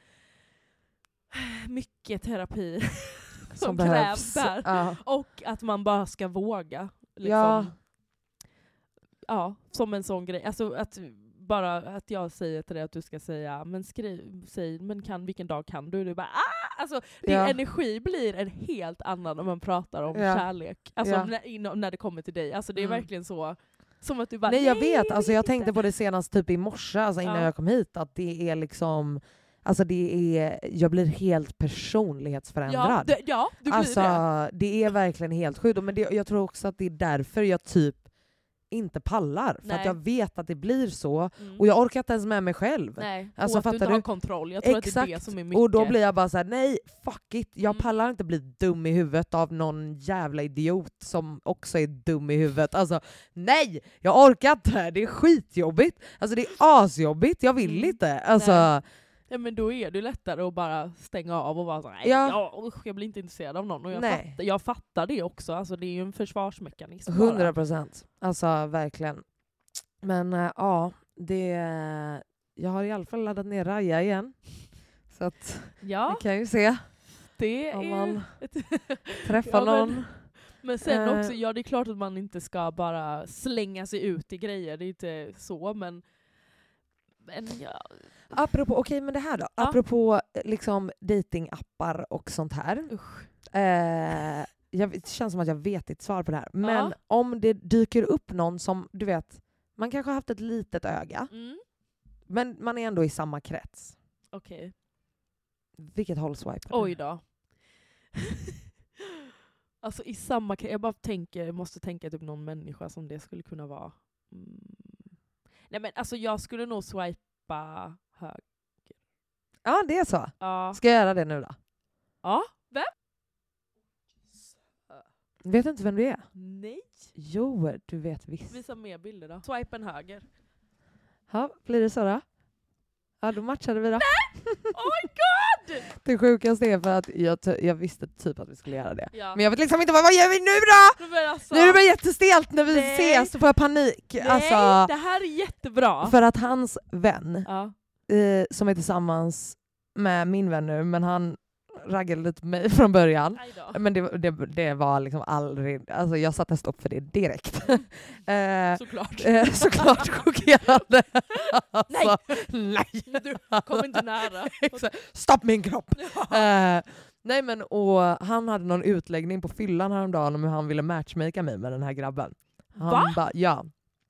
[SPEAKER 6] mycket terapi som,
[SPEAKER 7] Som
[SPEAKER 6] krävs
[SPEAKER 7] behövs.
[SPEAKER 6] där.
[SPEAKER 7] Ja.
[SPEAKER 6] Och att man bara ska våga. Liksom.
[SPEAKER 7] Ja.
[SPEAKER 6] Ja, som en sån grej. Alltså att bara att jag säger till dig att du ska säga, men skriv, säg, men kan, vilken dag kan du? Du bara, ah! Alltså din
[SPEAKER 7] Ja.
[SPEAKER 6] energi blir en helt annan när man pratar om
[SPEAKER 7] Ja.
[SPEAKER 6] kärlek. Alltså
[SPEAKER 7] Ja.
[SPEAKER 6] när, inom- när det kommer till dig. Alltså det är
[SPEAKER 7] Mm.
[SPEAKER 6] verkligen så, som att du bara,
[SPEAKER 7] Nej jag vet,
[SPEAKER 6] jag
[SPEAKER 7] alltså jag
[SPEAKER 6] vet
[SPEAKER 7] tänkte
[SPEAKER 6] inte.
[SPEAKER 7] på det senast typ i morse, alltså innan
[SPEAKER 6] Ja.
[SPEAKER 7] jag kom hit, att det är liksom, alltså det är, jag blir helt personlighetsförändrad.
[SPEAKER 6] Ja, det, ja, du blir
[SPEAKER 7] Alltså
[SPEAKER 6] det.
[SPEAKER 7] det är verkligen helt sjukt, men det, jag tror också att det är därför jag typ inte pallar. För
[SPEAKER 6] Nej.
[SPEAKER 7] att jag vet att det blir så,
[SPEAKER 6] Mm.
[SPEAKER 7] och jag orkar inte ens med mig själv.
[SPEAKER 6] Nej,
[SPEAKER 7] Alltså,
[SPEAKER 6] och att du inte
[SPEAKER 7] fattar
[SPEAKER 6] har
[SPEAKER 7] du?
[SPEAKER 6] kontroll. Jag tror att det är det
[SPEAKER 7] Exakt.
[SPEAKER 6] som är mycket.
[SPEAKER 7] Och då blir jag bara så här: nej, fuck it. Jag
[SPEAKER 6] Mm.
[SPEAKER 7] pallar inte bli dum i huvudet av någon jävla idiot som också är dum i huvudet. Alltså nej, jag orkar inte. Det är skitjobbigt. Alltså det är asjobbigt. Jag vill
[SPEAKER 6] Mm.
[SPEAKER 7] inte. Alltså,
[SPEAKER 6] Nej. Ja, men då är det lättare att bara stänga av och vara så här, nej,
[SPEAKER 7] Ja.
[SPEAKER 6] ja, usch, jag blir inte intresserad av någon. Och jag,
[SPEAKER 7] Nej.
[SPEAKER 6] fattar, jag fattar det också. Alltså, det är ju en försvarsmekanism. bara.
[SPEAKER 7] hundra procent. Alltså verkligen. Men äh, ja, det... Jag har i alla fall laddat ner Raja igen. Så att
[SPEAKER 6] Ja,
[SPEAKER 7] vi kan ju se
[SPEAKER 6] det
[SPEAKER 7] om
[SPEAKER 6] är...
[SPEAKER 7] man
[SPEAKER 6] Ett
[SPEAKER 7] träffar
[SPEAKER 6] Ja, men-
[SPEAKER 7] någon.
[SPEAKER 6] Men sen
[SPEAKER 7] Eh.
[SPEAKER 6] också, ja det är klart att man inte ska bara slänga sig ut i grejer. Det är inte så, men... Men ja...
[SPEAKER 7] Apropå, okej men det här då.
[SPEAKER 6] Ja.
[SPEAKER 7] Apropå eh, liksom datingappar och sånt här.
[SPEAKER 6] Usch.
[SPEAKER 7] Eh, jag, det känns som att jag vet ditt svar på det här. Men
[SPEAKER 6] Ja.
[SPEAKER 7] om det dyker upp någon som, du vet, man kanske har haft ett litet öga,
[SPEAKER 6] Mm.
[SPEAKER 7] men man är ändå i samma krets.
[SPEAKER 6] Okej.
[SPEAKER 7] Vilket håll swipar du?
[SPEAKER 6] Oj då. Alltså i samma... Jag bara tänker, jag måste tänka typ någon människa som det skulle kunna vara. Mm. Nej men alltså jag skulle nog swipa höger.
[SPEAKER 7] Ja, det är så.
[SPEAKER 6] Ja.
[SPEAKER 7] Ska jag göra det nu då?
[SPEAKER 6] Ja. Vem?
[SPEAKER 7] Vet du inte vem det är?
[SPEAKER 6] Nej.
[SPEAKER 7] Jo, du vet visst.
[SPEAKER 6] Visa mer bilder då. Swipa en höger.
[SPEAKER 7] Ja, blir det så då? Ja, då matchade vi då.
[SPEAKER 6] Oh my god!
[SPEAKER 7] Det sjukaste är för att jag, t- jag visste typ att vi skulle göra det.
[SPEAKER 6] Ja.
[SPEAKER 7] Men jag vet liksom inte, vad, vad gör vi nu då?
[SPEAKER 6] Men alltså,
[SPEAKER 7] Nu är det bara jättestelt när vi
[SPEAKER 6] Nej.
[SPEAKER 7] ses, så får jag panik.
[SPEAKER 6] nej,
[SPEAKER 7] Alltså,
[SPEAKER 6] det här är jättebra.
[SPEAKER 7] för att hans vän,
[SPEAKER 6] Ja.
[SPEAKER 7] eh, som är tillsammans med min vän nu, men han raggade lite på mig från början.
[SPEAKER 6] Aj då.
[SPEAKER 7] Men det, det, det var liksom aldrig, alltså jag satte stopp för det direkt. eh,
[SPEAKER 6] Såklart.
[SPEAKER 7] eh, såklart chockerande. Alltså, nej.
[SPEAKER 6] Du kom inte nära.
[SPEAKER 7] Exakt. Stopp min kropp!
[SPEAKER 6] Ja.
[SPEAKER 7] Eh, nej men och han hade någon utläggning på fyllan häromdagen om hur han ville matchmaka mig med den här grabben. Han
[SPEAKER 6] Va?
[SPEAKER 7] Ba, ja.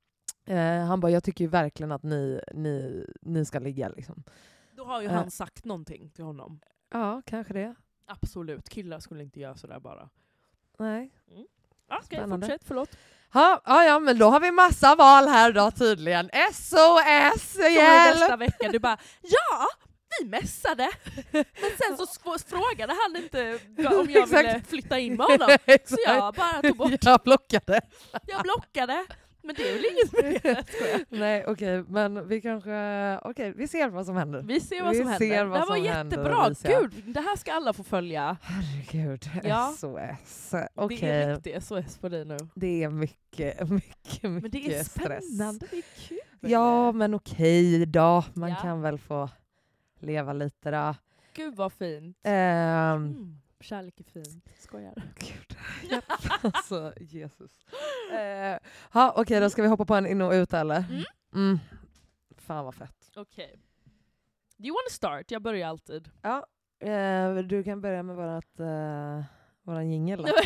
[SPEAKER 7] Eh, han bara, jag tycker ju verkligen att ni, ni, ni ska ligga liksom.
[SPEAKER 6] Då har ju
[SPEAKER 7] Eh.
[SPEAKER 6] han sagt någonting till honom.
[SPEAKER 7] Ja, kanske det.
[SPEAKER 6] Absolut. Killar skulle inte göra sådär bara.
[SPEAKER 7] Nej.
[SPEAKER 6] Ja, ska jag
[SPEAKER 7] Spännande.
[SPEAKER 6] fortsätta? Förlåt.
[SPEAKER 7] Ha, ja, ja, men då har vi massa val här då tydligen. S O S,
[SPEAKER 6] Kommer
[SPEAKER 7] hjälp!
[SPEAKER 6] nästa vecka. Du bara, ja, vi mässade. Men sen så sv- frågade han inte om jag ville
[SPEAKER 7] Exakt.
[SPEAKER 6] flytta in med honom. Så
[SPEAKER 7] Exakt.
[SPEAKER 6] jag bara tog bort.
[SPEAKER 7] Jag blockade.
[SPEAKER 6] Jag blockade. Men det är väl inget med det. Skojar.
[SPEAKER 7] Nej, okej, men vi kanske... Okej, vi ser vad som händer.
[SPEAKER 6] Vi ser vad
[SPEAKER 7] Vi
[SPEAKER 6] som
[SPEAKER 7] ser
[SPEAKER 6] händer.
[SPEAKER 7] vad
[SPEAKER 6] Det här var
[SPEAKER 7] som händer,
[SPEAKER 6] jättebra.
[SPEAKER 7] Alicia.
[SPEAKER 6] Gud, det här ska alla få följa.
[SPEAKER 7] Herregud,
[SPEAKER 6] Ja.
[SPEAKER 7] S O S.
[SPEAKER 6] Det
[SPEAKER 7] Okej,
[SPEAKER 6] är riktigt S O S på dig nu.
[SPEAKER 7] det är mycket, mycket, mycket
[SPEAKER 6] Men det är
[SPEAKER 7] stress.
[SPEAKER 6] spännande. Det är kul.
[SPEAKER 7] Ja, men okej då. Man
[SPEAKER 6] Ja.
[SPEAKER 7] kan väl få leva lite då.
[SPEAKER 6] Gud vad fint.
[SPEAKER 7] Ehm,
[SPEAKER 6] Mm. Kärlek är fint. Skojar.
[SPEAKER 7] Gud. Japp, alltså, Jesus. Uh, ha, okej, då ska vi hoppa på en in och ut eller?
[SPEAKER 6] Mm.
[SPEAKER 7] Mm. Fan vad fett.
[SPEAKER 6] Okej. Do you want to start? Jag börjar alltid.
[SPEAKER 7] Ja, eh, du kan börja med vårat, uh, våran jingel då.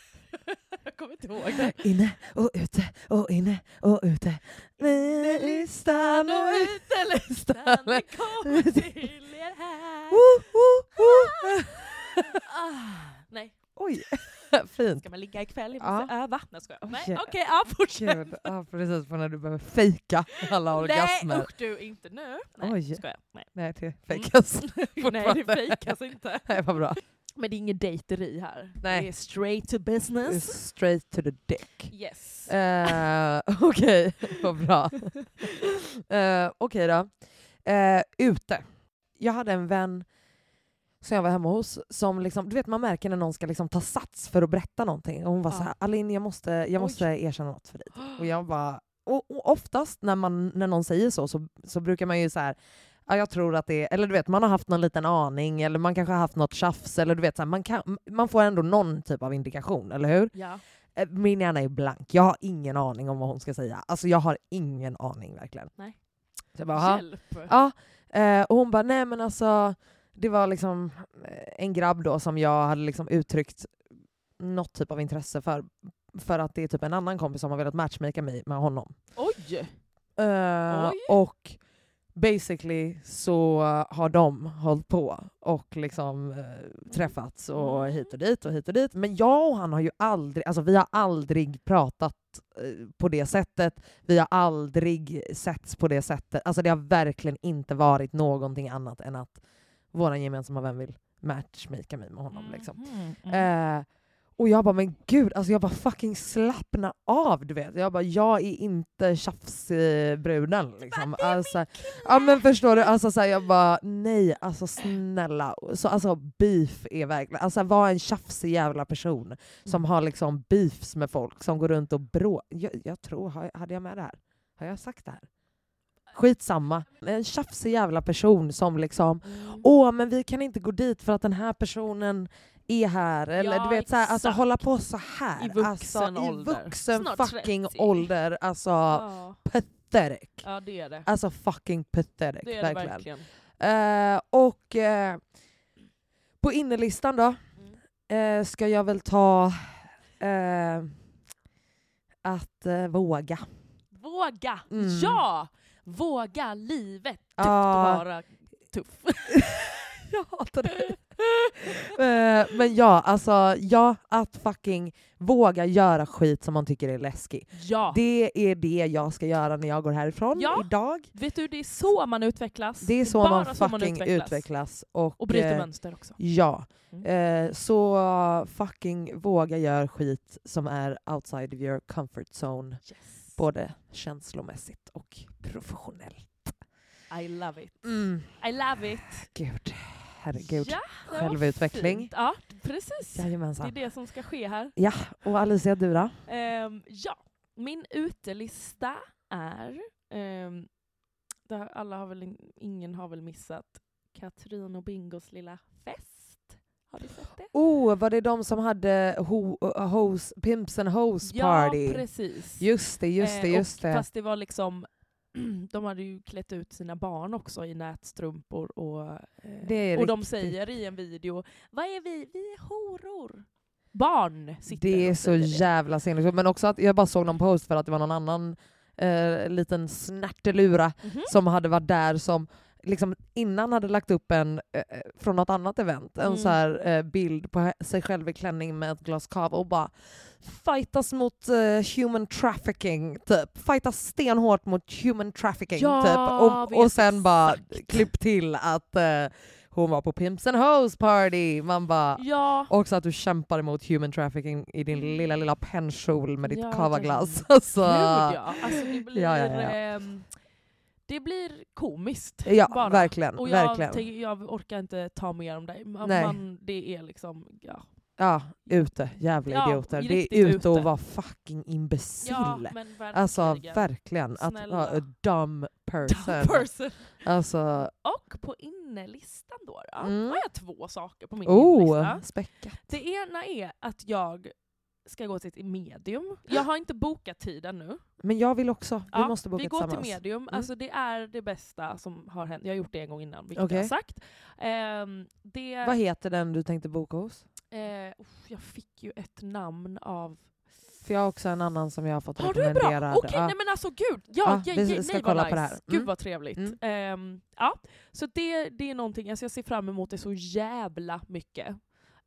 [SPEAKER 6] Jag kommer inte ihåg det.
[SPEAKER 7] Inne och ute och inne och ute. Listan och
[SPEAKER 6] utelistan. Vi kommer till Ah, nej.
[SPEAKER 7] Oj, fint.
[SPEAKER 6] Ska man ligga ikväll? Jag måste
[SPEAKER 7] Ja.
[SPEAKER 6] öva. Nej, ska jag. Nej,
[SPEAKER 7] Okej.
[SPEAKER 6] okej, okay, ja, fortsätt.
[SPEAKER 7] Gud, ja, precis för när du behöver fejka alla orgasmer.
[SPEAKER 6] Nej, usch du, inte nu. Nej,
[SPEAKER 7] Oj.
[SPEAKER 6] ska jag. Nej.
[SPEAKER 7] Nej, det fejkas.
[SPEAKER 6] Mm. Nej, det fejkas inte.
[SPEAKER 7] Nej, vad bra.
[SPEAKER 6] Men det är ingen dejteri här.
[SPEAKER 7] Nej.
[SPEAKER 6] Det är straight to
[SPEAKER 7] Det är
[SPEAKER 6] business.
[SPEAKER 7] straight to the dick.
[SPEAKER 6] Yes.
[SPEAKER 7] Uh, Okej, okay. Vad bra. Uh, Okej okay då. Uh, ute. Jag hade en vän som jag var hemma hos som liksom, du vet man märker när någon ska liksom ta sats för att berätta någonting. Och hon var ja. så här, Alin jag måste, jag måste erkänna något för dig. Och jag bara, och, och oftast när, man, när någon säger så, så så brukar man ju så här, ja, jag tror att det är, eller du vet man har haft någon liten aning eller man kanske har haft något tjafs eller du vet så här, man, kan, man får ändå någon typ av indikation, eller hur?
[SPEAKER 6] Ja.
[SPEAKER 7] Min hjärna är blank. Jag har ingen aning om vad hon ska säga. Alltså jag har ingen aning verkligen.
[SPEAKER 6] Nej.
[SPEAKER 7] Så jag bara,
[SPEAKER 6] hjälp.
[SPEAKER 7] Ja, eh, och hon bara, nej men alltså det var liksom en grabb då som jag hade liksom uttryckt något typ av intresse för. För att det är typ en annan kompis som har velat matchmaka mig med honom.
[SPEAKER 6] Oj!
[SPEAKER 7] Uh,
[SPEAKER 6] Oj.
[SPEAKER 7] Och basically så har de hållit på och liksom uh, träffats och hit och dit och hit och dit. Men jag och han har ju aldrig, alltså vi har aldrig pratat uh, på det sättet. Vi har aldrig setts på det sättet. Alltså det har verkligen inte varit någonting annat än att våran gemensamma vän vill matchmaka mig med honom. Liksom.
[SPEAKER 6] Mm, mm.
[SPEAKER 7] Uh, Och jag bara, men gud, alltså jag bara fucking slappna av, du vet. Jag bara, jag är inte tjafsbruden liksom. Alltså, ja men förstår du, alltså så här, jag bara, nej, alltså snälla. Så alltså beef är verkligen, alltså var en tjafsig jävla person som har liksom beefs med folk, som går runt och brå... Jag, jag tror, har jag, hade jag med det här? Har jag sagt det här? Skitsamma. En tjafsig jävla person som liksom,
[SPEAKER 6] Mm.
[SPEAKER 7] åh men vi kan inte gå dit för att den här personen är här, eller
[SPEAKER 6] Ja,
[SPEAKER 7] du vet så här, alltså
[SPEAKER 6] exakt.
[SPEAKER 7] hålla på så här
[SPEAKER 6] I vuxen
[SPEAKER 7] alltså,
[SPEAKER 6] ålder.
[SPEAKER 7] i vuxen
[SPEAKER 6] Snart
[SPEAKER 7] fucking
[SPEAKER 6] trettio.
[SPEAKER 7] ålder, alltså
[SPEAKER 6] Ja.
[SPEAKER 7] pathetic.
[SPEAKER 6] Ja, det är det.
[SPEAKER 7] Alltså fucking pathetic,
[SPEAKER 6] Det är det
[SPEAKER 7] verkligen.
[SPEAKER 6] verkligen.
[SPEAKER 7] Eh, och eh, på innerlistan då
[SPEAKER 6] Mm.
[SPEAKER 7] eh, ska jag väl ta eh, att eh, våga.
[SPEAKER 6] Våga!
[SPEAKER 7] Mm.
[SPEAKER 6] Ja! Våga livet. Tufft
[SPEAKER 7] Ja.
[SPEAKER 6] att vara tuff.
[SPEAKER 7] Jag hatar det. Eh, men ja, alltså ja, att fucking våga göra skit som man tycker är läskig.
[SPEAKER 6] Ja.
[SPEAKER 7] Det är det jag ska göra när jag går härifrån
[SPEAKER 6] Ja.
[SPEAKER 7] idag.
[SPEAKER 6] Vet du, det är så man utvecklas.
[SPEAKER 7] Det är så
[SPEAKER 6] bara
[SPEAKER 7] man
[SPEAKER 6] så
[SPEAKER 7] fucking
[SPEAKER 6] utvecklas.
[SPEAKER 7] utvecklas. Och,
[SPEAKER 6] Och bryter
[SPEAKER 7] eh,
[SPEAKER 6] mönster också.
[SPEAKER 7] Ja.
[SPEAKER 6] Mm.
[SPEAKER 7] Eh, så fucking våga göra skit som är outside of your comfort zone.
[SPEAKER 6] Yes.
[SPEAKER 7] Både känslomässigt och professionellt.
[SPEAKER 6] I love it.
[SPEAKER 7] Mm.
[SPEAKER 6] I love it.
[SPEAKER 7] Gud, herregud.
[SPEAKER 6] Ja, det var
[SPEAKER 7] Självutveckling.
[SPEAKER 6] fint. Ja, precis. Det
[SPEAKER 7] Jajamensan.
[SPEAKER 6] är det som ska ske här.
[SPEAKER 7] Ja, och Alicia, du då?
[SPEAKER 6] Ehm, ja, min utelista är... Um, där alla har väl, in- ingen har väl missat Katrin och Bingos lilla fest. Har du sett det?
[SPEAKER 7] Oh, var det de som hade ho, uh, hose, Pimps and Hose party?
[SPEAKER 6] Ja, precis.
[SPEAKER 7] Just det, just det,
[SPEAKER 6] Eh,
[SPEAKER 7] just
[SPEAKER 6] och
[SPEAKER 7] det.
[SPEAKER 6] Fast det var liksom... de hade ju klätt ut sina barn också i nätstrumpor. Och, eh,
[SPEAKER 7] Det är
[SPEAKER 6] och de
[SPEAKER 7] riktigt.
[SPEAKER 6] säger i en video, vad är vi? Vi är horor. Barn sitter
[SPEAKER 7] Det är
[SPEAKER 6] och
[SPEAKER 7] så
[SPEAKER 6] säger det.
[SPEAKER 7] jävla sinnessjukt. Men också att jag bara såg någon post för att det var någon annan eh, liten snärtelura
[SPEAKER 6] Mhm.
[SPEAKER 7] som hade varit där som liksom innan hade lagt upp en eh, från något annat event, en
[SPEAKER 6] Mm.
[SPEAKER 7] så här eh, bild på he- sig själv i klänning med ett glas kava och bara fightas mot eh, human trafficking typ. Fightas stenhårt mot human trafficking
[SPEAKER 6] Ja,
[SPEAKER 7] typ. Och,
[SPEAKER 6] vet
[SPEAKER 7] och sen bara
[SPEAKER 6] exakt.
[SPEAKER 7] klipp till att eh, hon var på Pimps and Hose party. Man bara
[SPEAKER 6] Ja.
[SPEAKER 7] också att du kämpar emot human trafficking i din lilla lilla pennkjol med ditt
[SPEAKER 6] Ja,
[SPEAKER 7] kavaglas.
[SPEAKER 6] det-
[SPEAKER 7] Alltså,
[SPEAKER 6] Gud, ja. Alltså, det blir...
[SPEAKER 7] Ja, ja, ja.
[SPEAKER 6] ehm, det blir komiskt.
[SPEAKER 7] ja,
[SPEAKER 6] bara.
[SPEAKER 7] verkligen.
[SPEAKER 6] Och jag,
[SPEAKER 7] verkligen.
[SPEAKER 6] tänker- jag orkar inte ta mer om det. Man,
[SPEAKER 7] Nej.
[SPEAKER 6] man, det är liksom... Ja,
[SPEAKER 7] Ja, ute. Jävla
[SPEAKER 6] Ja,
[SPEAKER 7] idioter. Det
[SPEAKER 6] riktigt
[SPEAKER 7] är ute
[SPEAKER 6] ute.
[SPEAKER 7] och vara fucking imbecill.
[SPEAKER 6] ja men verkligen.
[SPEAKER 7] Alltså verkligen. Att
[SPEAKER 6] Snälla.
[SPEAKER 7] vara a dumb person.
[SPEAKER 6] Dumb person.
[SPEAKER 7] Alltså,
[SPEAKER 6] Och på innelistan då, då
[SPEAKER 7] Mm.
[SPEAKER 6] har jag två saker på min
[SPEAKER 7] oh,
[SPEAKER 6] innerlista.
[SPEAKER 7] späckat.
[SPEAKER 6] Det ena är att jag ska gå till ett medium. Jag har inte bokat tiden nu.
[SPEAKER 7] Men jag vill också. Vi
[SPEAKER 6] Ja,
[SPEAKER 7] måste boka
[SPEAKER 6] vi går till
[SPEAKER 7] tillsammans.
[SPEAKER 6] medium.
[SPEAKER 7] Mm.
[SPEAKER 6] Alltså det är det bästa som har hänt. Jag har gjort det en gång innan, vilket
[SPEAKER 7] Okej.
[SPEAKER 6] jag har sagt. Ehm, det,
[SPEAKER 7] Vad heter den du tänkte boka hos?
[SPEAKER 6] eh, uff, jag fick ju ett namn av...
[SPEAKER 7] För jag har också en annan som jag har fått
[SPEAKER 6] Har du en
[SPEAKER 7] rekommenderad.
[SPEAKER 6] bra? Okej,
[SPEAKER 7] Ja.
[SPEAKER 6] nej men alltså gud. Ja,
[SPEAKER 7] Ja,
[SPEAKER 6] ja,
[SPEAKER 7] vi
[SPEAKER 6] ja,
[SPEAKER 7] ska
[SPEAKER 6] nej,
[SPEAKER 7] kolla
[SPEAKER 6] vad
[SPEAKER 7] på det
[SPEAKER 6] nice.
[SPEAKER 7] här.
[SPEAKER 6] Gud
[SPEAKER 7] Mm.
[SPEAKER 6] vad trevligt.
[SPEAKER 7] Mm.
[SPEAKER 6] Ehm, ja. Så det, det är någonting, alltså jag ser fram emot det så jävla mycket.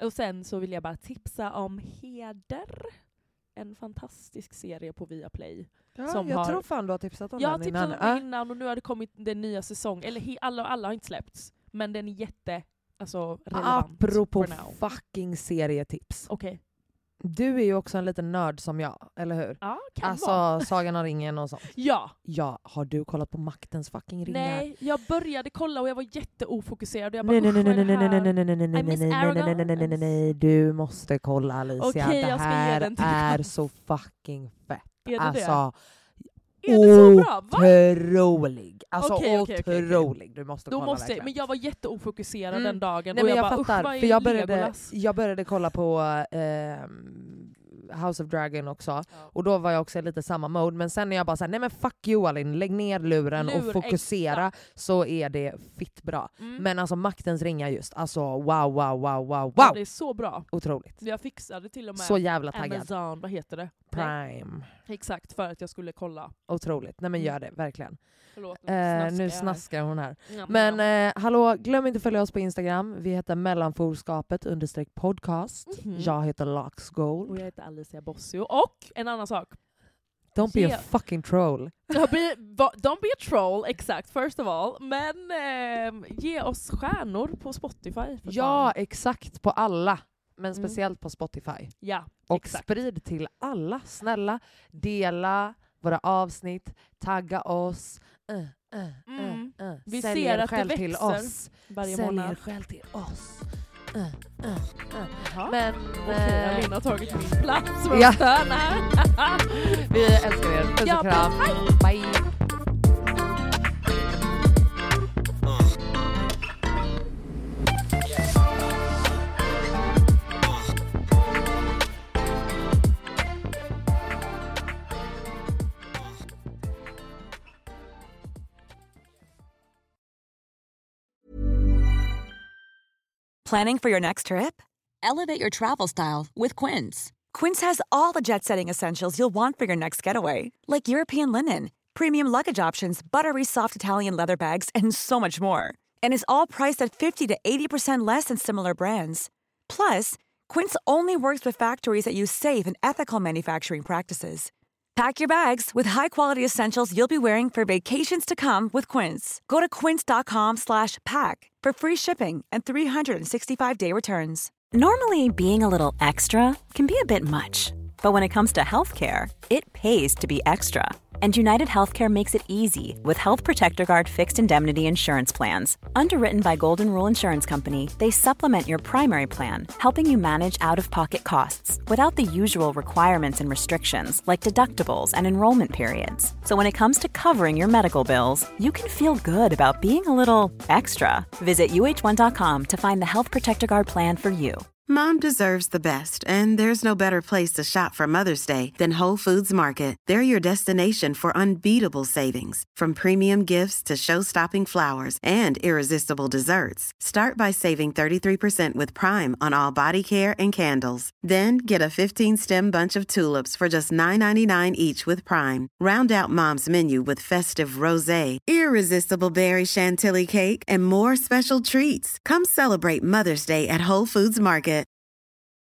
[SPEAKER 6] Och sen så vill jag bara tipsa om Heder. En fantastisk serie på Viaplay.
[SPEAKER 7] Ja,
[SPEAKER 6] som
[SPEAKER 7] jag
[SPEAKER 6] har...
[SPEAKER 7] tror fan du har tipsat om
[SPEAKER 6] jag
[SPEAKER 7] den
[SPEAKER 6] har
[SPEAKER 7] innan.
[SPEAKER 6] tipsat om den innan och nu har det kommit den nya säsong. Eller he- alla, alla har inte släppts. Men den är jätte alltså, relevant.
[SPEAKER 7] Apropå
[SPEAKER 6] for now.
[SPEAKER 7] fucking serietips.
[SPEAKER 6] Okej. Okay.
[SPEAKER 7] Du är ju också en liten nörd som jag, eller hur?
[SPEAKER 6] Ja, kan
[SPEAKER 7] alltså
[SPEAKER 6] vara.
[SPEAKER 7] Sagan om ringen och sånt.
[SPEAKER 6] Ja.
[SPEAKER 7] Ja, har du kollat på Maktens fucking ringar?
[SPEAKER 6] Nej, jag började kolla och jag var jätteofokuserad. Jag bara,
[SPEAKER 7] Nej nej nej
[SPEAKER 6] "Usch,
[SPEAKER 7] nej
[SPEAKER 6] vad är
[SPEAKER 7] nej
[SPEAKER 6] det
[SPEAKER 7] nej
[SPEAKER 6] här?"
[SPEAKER 7] nej nej nej
[SPEAKER 6] I miss
[SPEAKER 7] nej nej nej nej nej nej nej nej du måste kolla Alicia.
[SPEAKER 6] Okej,
[SPEAKER 7] det
[SPEAKER 6] jag ska ge
[SPEAKER 7] här
[SPEAKER 6] den till
[SPEAKER 7] är
[SPEAKER 6] dig.
[SPEAKER 7] så fucking fett.
[SPEAKER 6] Är det
[SPEAKER 7] Alltså
[SPEAKER 6] det? Är det så bra? Va?
[SPEAKER 7] otrolig. Alltså
[SPEAKER 6] Okej, okej, okej, okej.
[SPEAKER 7] otrolig. Du måste
[SPEAKER 6] Då
[SPEAKER 7] kolla
[SPEAKER 6] måste jag,
[SPEAKER 7] verkligen.
[SPEAKER 6] men jag var jätteofokuserad
[SPEAKER 7] Mm.
[SPEAKER 6] den dagen.
[SPEAKER 7] Nej,
[SPEAKER 6] och
[SPEAKER 7] men
[SPEAKER 6] jag,
[SPEAKER 7] jag,
[SPEAKER 6] bara, usch,
[SPEAKER 7] fattar,
[SPEAKER 6] vad är
[SPEAKER 7] för jag började,
[SPEAKER 6] Legolas?
[SPEAKER 7] jag började kolla på eh, House of Dragon också.
[SPEAKER 6] Ja.
[SPEAKER 7] Och då var jag också i lite samma mode. Men sen är jag bara såhär, nej men fuck you Alin, lägg ner luren
[SPEAKER 6] Lur,
[SPEAKER 7] och fokusera
[SPEAKER 6] exakt.
[SPEAKER 7] så är det fitt bra.
[SPEAKER 6] Mm.
[SPEAKER 7] Men alltså Maktens ringar just, alltså wow, wow, wow, wow, wow.
[SPEAKER 6] Ja, det är så bra.
[SPEAKER 7] Otroligt.
[SPEAKER 6] Jag fixade till och med
[SPEAKER 7] Så jävla taggad.
[SPEAKER 6] Amazon, vad heter det?
[SPEAKER 7] Prime.
[SPEAKER 6] Nej, exakt, för att jag skulle kolla.
[SPEAKER 7] Otroligt. Nej men
[SPEAKER 6] Mm.
[SPEAKER 7] gör det, verkligen.
[SPEAKER 6] Förlåt,
[SPEAKER 7] Eh, nu
[SPEAKER 6] jag
[SPEAKER 7] snaskar hon här.
[SPEAKER 6] här.
[SPEAKER 7] Men eh, hallå, glöm inte att följa oss på Instagram. Vi heter mellanforskapet understreck podcast.
[SPEAKER 6] Mhm.
[SPEAKER 7] Jag heter Laxgold.
[SPEAKER 6] Och jag heter Alicia Bossio. Och en annan sak.
[SPEAKER 7] Don't be
[SPEAKER 6] Ge-
[SPEAKER 7] a fucking troll.
[SPEAKER 6] Don't be, va- don't be a troll, exakt, first of all. Men ehm, ge oss stjärnor på Spotify. för
[SPEAKER 7] Ja,
[SPEAKER 6] fan.
[SPEAKER 7] exakt. På alla. Men
[SPEAKER 6] Mm.
[SPEAKER 7] speciellt på Spotify.
[SPEAKER 6] Ja,
[SPEAKER 7] Och
[SPEAKER 6] exakt.
[SPEAKER 7] sprid till alla. Snälla, dela våra avsnitt. Tagga oss. Uh, uh,
[SPEAKER 6] Mm.
[SPEAKER 7] uh, uh.
[SPEAKER 6] Vi
[SPEAKER 7] Sälj
[SPEAKER 6] ser
[SPEAKER 7] er
[SPEAKER 6] att det
[SPEAKER 7] själv till
[SPEAKER 6] växer
[SPEAKER 7] oss.
[SPEAKER 6] varje
[SPEAKER 7] Sälj er
[SPEAKER 6] månad.
[SPEAKER 7] själv till oss. Uh, uh, uh.
[SPEAKER 6] Jaha.
[SPEAKER 7] Men
[SPEAKER 6] Okej,
[SPEAKER 7] eh,
[SPEAKER 6] Alin har tagit min plats för
[SPEAKER 7] Ja.
[SPEAKER 6] att stöna.
[SPEAKER 7] vi älskar er. Puss
[SPEAKER 6] Ja,
[SPEAKER 7] och kram.
[SPEAKER 6] hej.
[SPEAKER 7] Bye.
[SPEAKER 10] Planning for your next trip? Elevate your travel style with Quince. Quince has all the jet-setting essentials you'll want for your next getaway, like European linen, premium luggage options, buttery soft Italian leather bags, and so much more. And is all priced at fifty to eighty percent less than similar brands. Plus, Quince only works with factories that use safe and ethical manufacturing practices. Pack your bags with high-quality essentials you'll be wearing for vacations to come with Quince. Go to quince.com slash pack for free shipping and three sixty-five day returns.
[SPEAKER 11] Normally, being a little extra can be a bit much, but when it comes to healthcare, it pays to be extra. And United Healthcare makes it easy with Health Protector Guard fixed indemnity insurance plans. Underwritten by Golden Rule Insurance Company, they supplement your primary plan, helping you manage out-of-pocket costs without the usual requirements and restrictions like deductibles and enrollment periods. So when it comes to covering your medical bills, you can feel good about being a little extra. Visit U H one dot com to find the Health Protector Guard plan for you.
[SPEAKER 12] Mom deserves the best, and there's no better place to shop for Mother's Day than Whole Foods Market. They're your destination for unbeatable savings, from premium gifts to show-stopping flowers and irresistible desserts. Start by saving thirty-three percent with Prime on all body care and candles. Then get a fifteen-stem bunch of tulips for just nine ninety-nine each with Prime. Round out Mom's menu with festive rosé, irresistible berry chantilly cake, and more special treats. Come celebrate Mother's Day at Whole Foods Market.